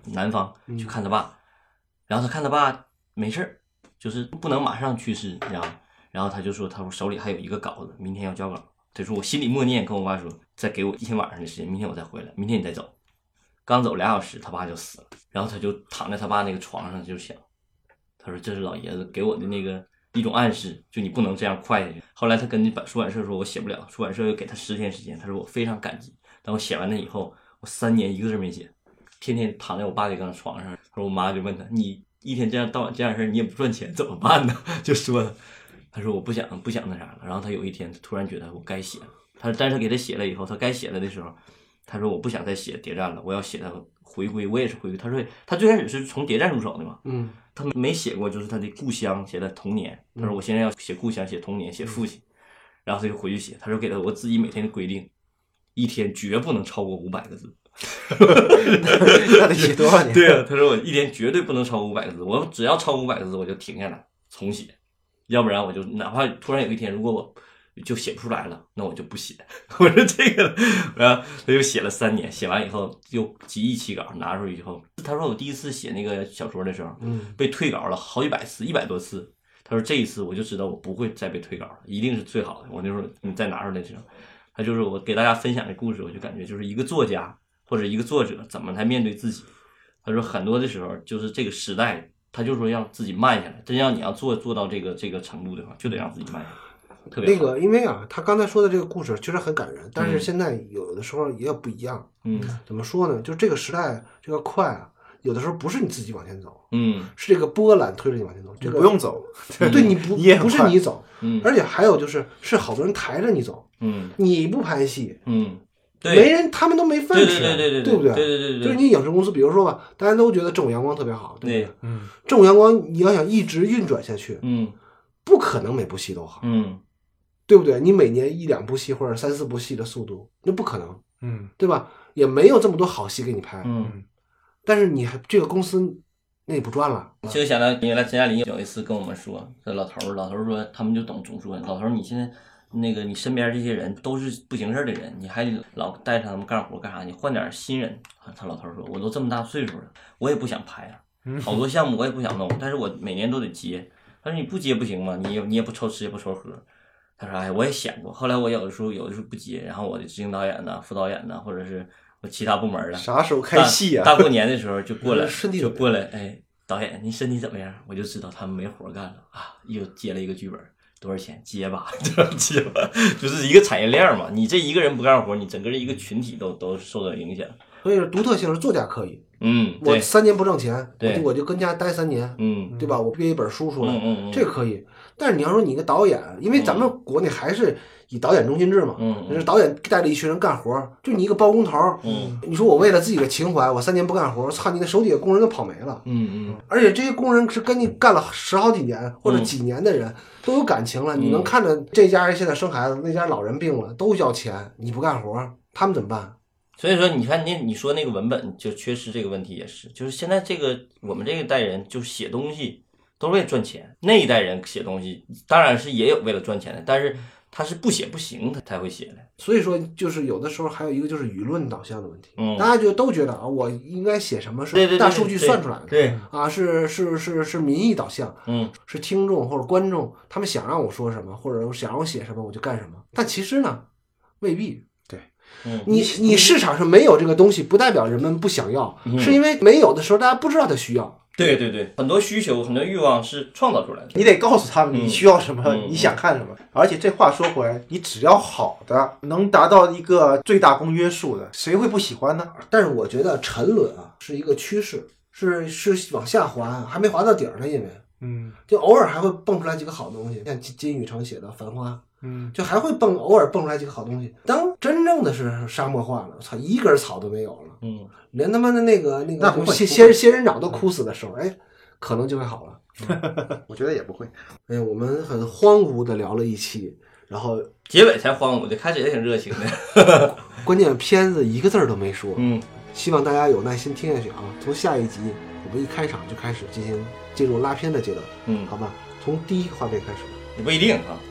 Speaker 2: 南方去看他爸，然后他看他爸没事儿，就是不能马上去世，然后他就说，他说手里还有一个稿子，明天要交稿。他说我心里默念跟我爸说，再给我一天晚上的时间，明天我再回来，明天你再走。刚走2小时，他爸就死了，然后他就躺在他爸那个床上就想，他说这是老爷子给我的那个一种暗示，就你不能这样快下去。后来他跟出版社说我写不了，出版社又给他10天时间，他说我非常感激，但我写完了以后，我3年1个字没写，天天躺在我爸那张床上。他说我妈就问他，你一天这样到晚这样事你也不赚钱怎么办呢？就说他说我不想那啥了。然后他有一天他突然觉得我该写了，但是他给他写了以后，他该写了的时候，他说我不想再写谍战了，我要写他回归，我也是回归。他说他最开始是从谍战入手的嘛，他没写过就是他的故乡，写的童年。他说我现在要写故乡，写童年，写父亲，然后他就回去写。他说给了我自己每天的规定，一天绝不能超过500个字。
Speaker 3: 那得写多少年？
Speaker 2: 对啊，他说我一天绝对不能超过500个字，我只要超过500个字我就停下来重写，要不然我就哪怕突然有一天如果我就写不出来了，那我就不写。我说这个，然后他就写了3年，写完以后又集一期稿拿出去以后，他说我第一次写那个小说的时候，被退稿了好几百次，100多次。他说这一次我就知道我不会再被退稿了，一定是最好的。我那时候你再拿出来的时候，他就是我给大家分享的故事，我就感觉就是一个作家或者一个作者怎么来面对自己。他说很多的时候就是这个时代，他就说让自己慢下来，真要你要做到这个程度的话，就得让自己慢下来。
Speaker 1: 那个，因为啊，他刚才说的这个故事确实很感人，但是现在有的时候也有不一样。怎么说呢？就这个时代这个快啊，有的时候不是你自己往前走，是这个波澜推着你往前走。这个
Speaker 3: 不用走，
Speaker 1: 对你不是你走，而且还有是好多人抬着你走，你不拍戏，没人，他们都没饭吃，对不对？
Speaker 2: 对，
Speaker 1: 就是你影视公司，比如说吧，大家都觉得正午阳光特别好，对不对？正午阳光你要想一直运转下去，不可能每部戏都好，对不对？你每年1、2部戏或者3、4部戏的速度，那不可能，对吧？也没有这么多好戏给你拍，但是你还这个公司那也不赚了。
Speaker 2: 就想到原来陈嘉玲有一次跟我们说，这老头说他们就总说老头你现在那个你身边这些人都是不行事的人，你还老带着他们干活干啥？你换点新人。他老头说，我都这么大岁数了，我也不想拍啊，好多项目我也不想弄，但是我每年都得接。他说你不接不行吗？你也不抽吃也不抽喝。他说哎，我也想过，后来我有的时候不接，然后我的执行导演呢、副导演呢，或者是我其他部门的，
Speaker 3: 啥时候开戏啊？
Speaker 2: 大过年的时候就过来，哎，导演你身体怎么样？我就知道他们没活干了啊，又接了一个剧本，多少钱？接吧，接吧，就是一个产业链嘛。你这一个人不干活，你整个一个群体都受到影响。
Speaker 1: 所以独特性是作家可以，
Speaker 2: 我
Speaker 1: 3年不挣钱，
Speaker 2: 对，
Speaker 1: 我就跟家待3年，对吧？我编一本书出来，这个可以。但是你要说你一个导演，因为咱们国内还是以导演中心制嘛，就是导演带着一群人干活，就你一个包工头，你说我为了自己的情怀，我3年不干活，操，你的手底下工人都跑没了，而且这些工人是跟你干了10好几年或者几年的人，都有感情了，你能看着这家人现在生孩子，那家老人病了，都要钱，你不干活，他们怎么办？
Speaker 2: 所以说，你看你说那个文本就缺失这个问题也是，就是现在这个我们这一代人就是写东西都是为了赚钱，那一代人写东西当然是也有为了赚钱的，但是他是不写不行，他才会写的。
Speaker 1: 所以说，就是有的时候还有一个就是舆论导向的问题，大家都觉得啊，我应该写什么是大数据算出来的，
Speaker 2: 对
Speaker 1: 啊，是民意导向，是听众或者观众他们想让我说什么，或者想让我写什么我就干什么，但其实呢，未必。你市场上没有这个东西，不代表人们不想要，是因为没有的时候大家不知道他需要。
Speaker 2: 对，很多需求、很多欲望是创造出来的。
Speaker 3: 你得告诉他们你需要什么，你想看什么。而且这话说回来，你只要好的，能达到一个最大公约数的，谁会不喜欢呢？
Speaker 1: 但是我觉得沉沦啊是一个趋势，是往下滑，还没滑到底儿呢，因为就偶尔还会蹦出来几个好东西，像金宇澄写的《繁花》。就还会偶尔蹦出来几个好东西。当真正的是沙漠化了，操，一根草都没有了，连他妈的那个仙人掌都枯死的时候，哎，可能就会好了。
Speaker 3: 我觉得也不会。
Speaker 1: 哎，我们很荒芜的聊了一期，然后
Speaker 2: 结尾才荒芜的，开始也挺热情的。
Speaker 1: 关键片子一个字都没说。希望大家有耐心听下去啊。从下一集我们一开场就开始进入拉片的阶段，好吧？从第一画面开始。
Speaker 2: 也不一定啊。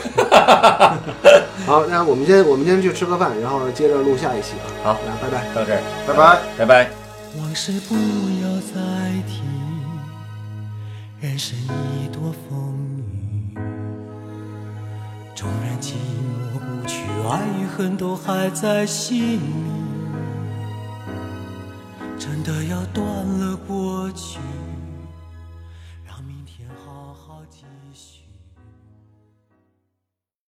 Speaker 1: 好，那我们先去吃个饭，然后接着录下一期啊。
Speaker 2: 好，
Speaker 1: 那拜拜，
Speaker 2: 到这儿，
Speaker 3: 拜拜，
Speaker 2: 拜拜。
Speaker 6: 往事不要再提，人生已多风雨，纵然寂寞不去，爱与恨都还在心里，真的要断了过去，让明天好好继续。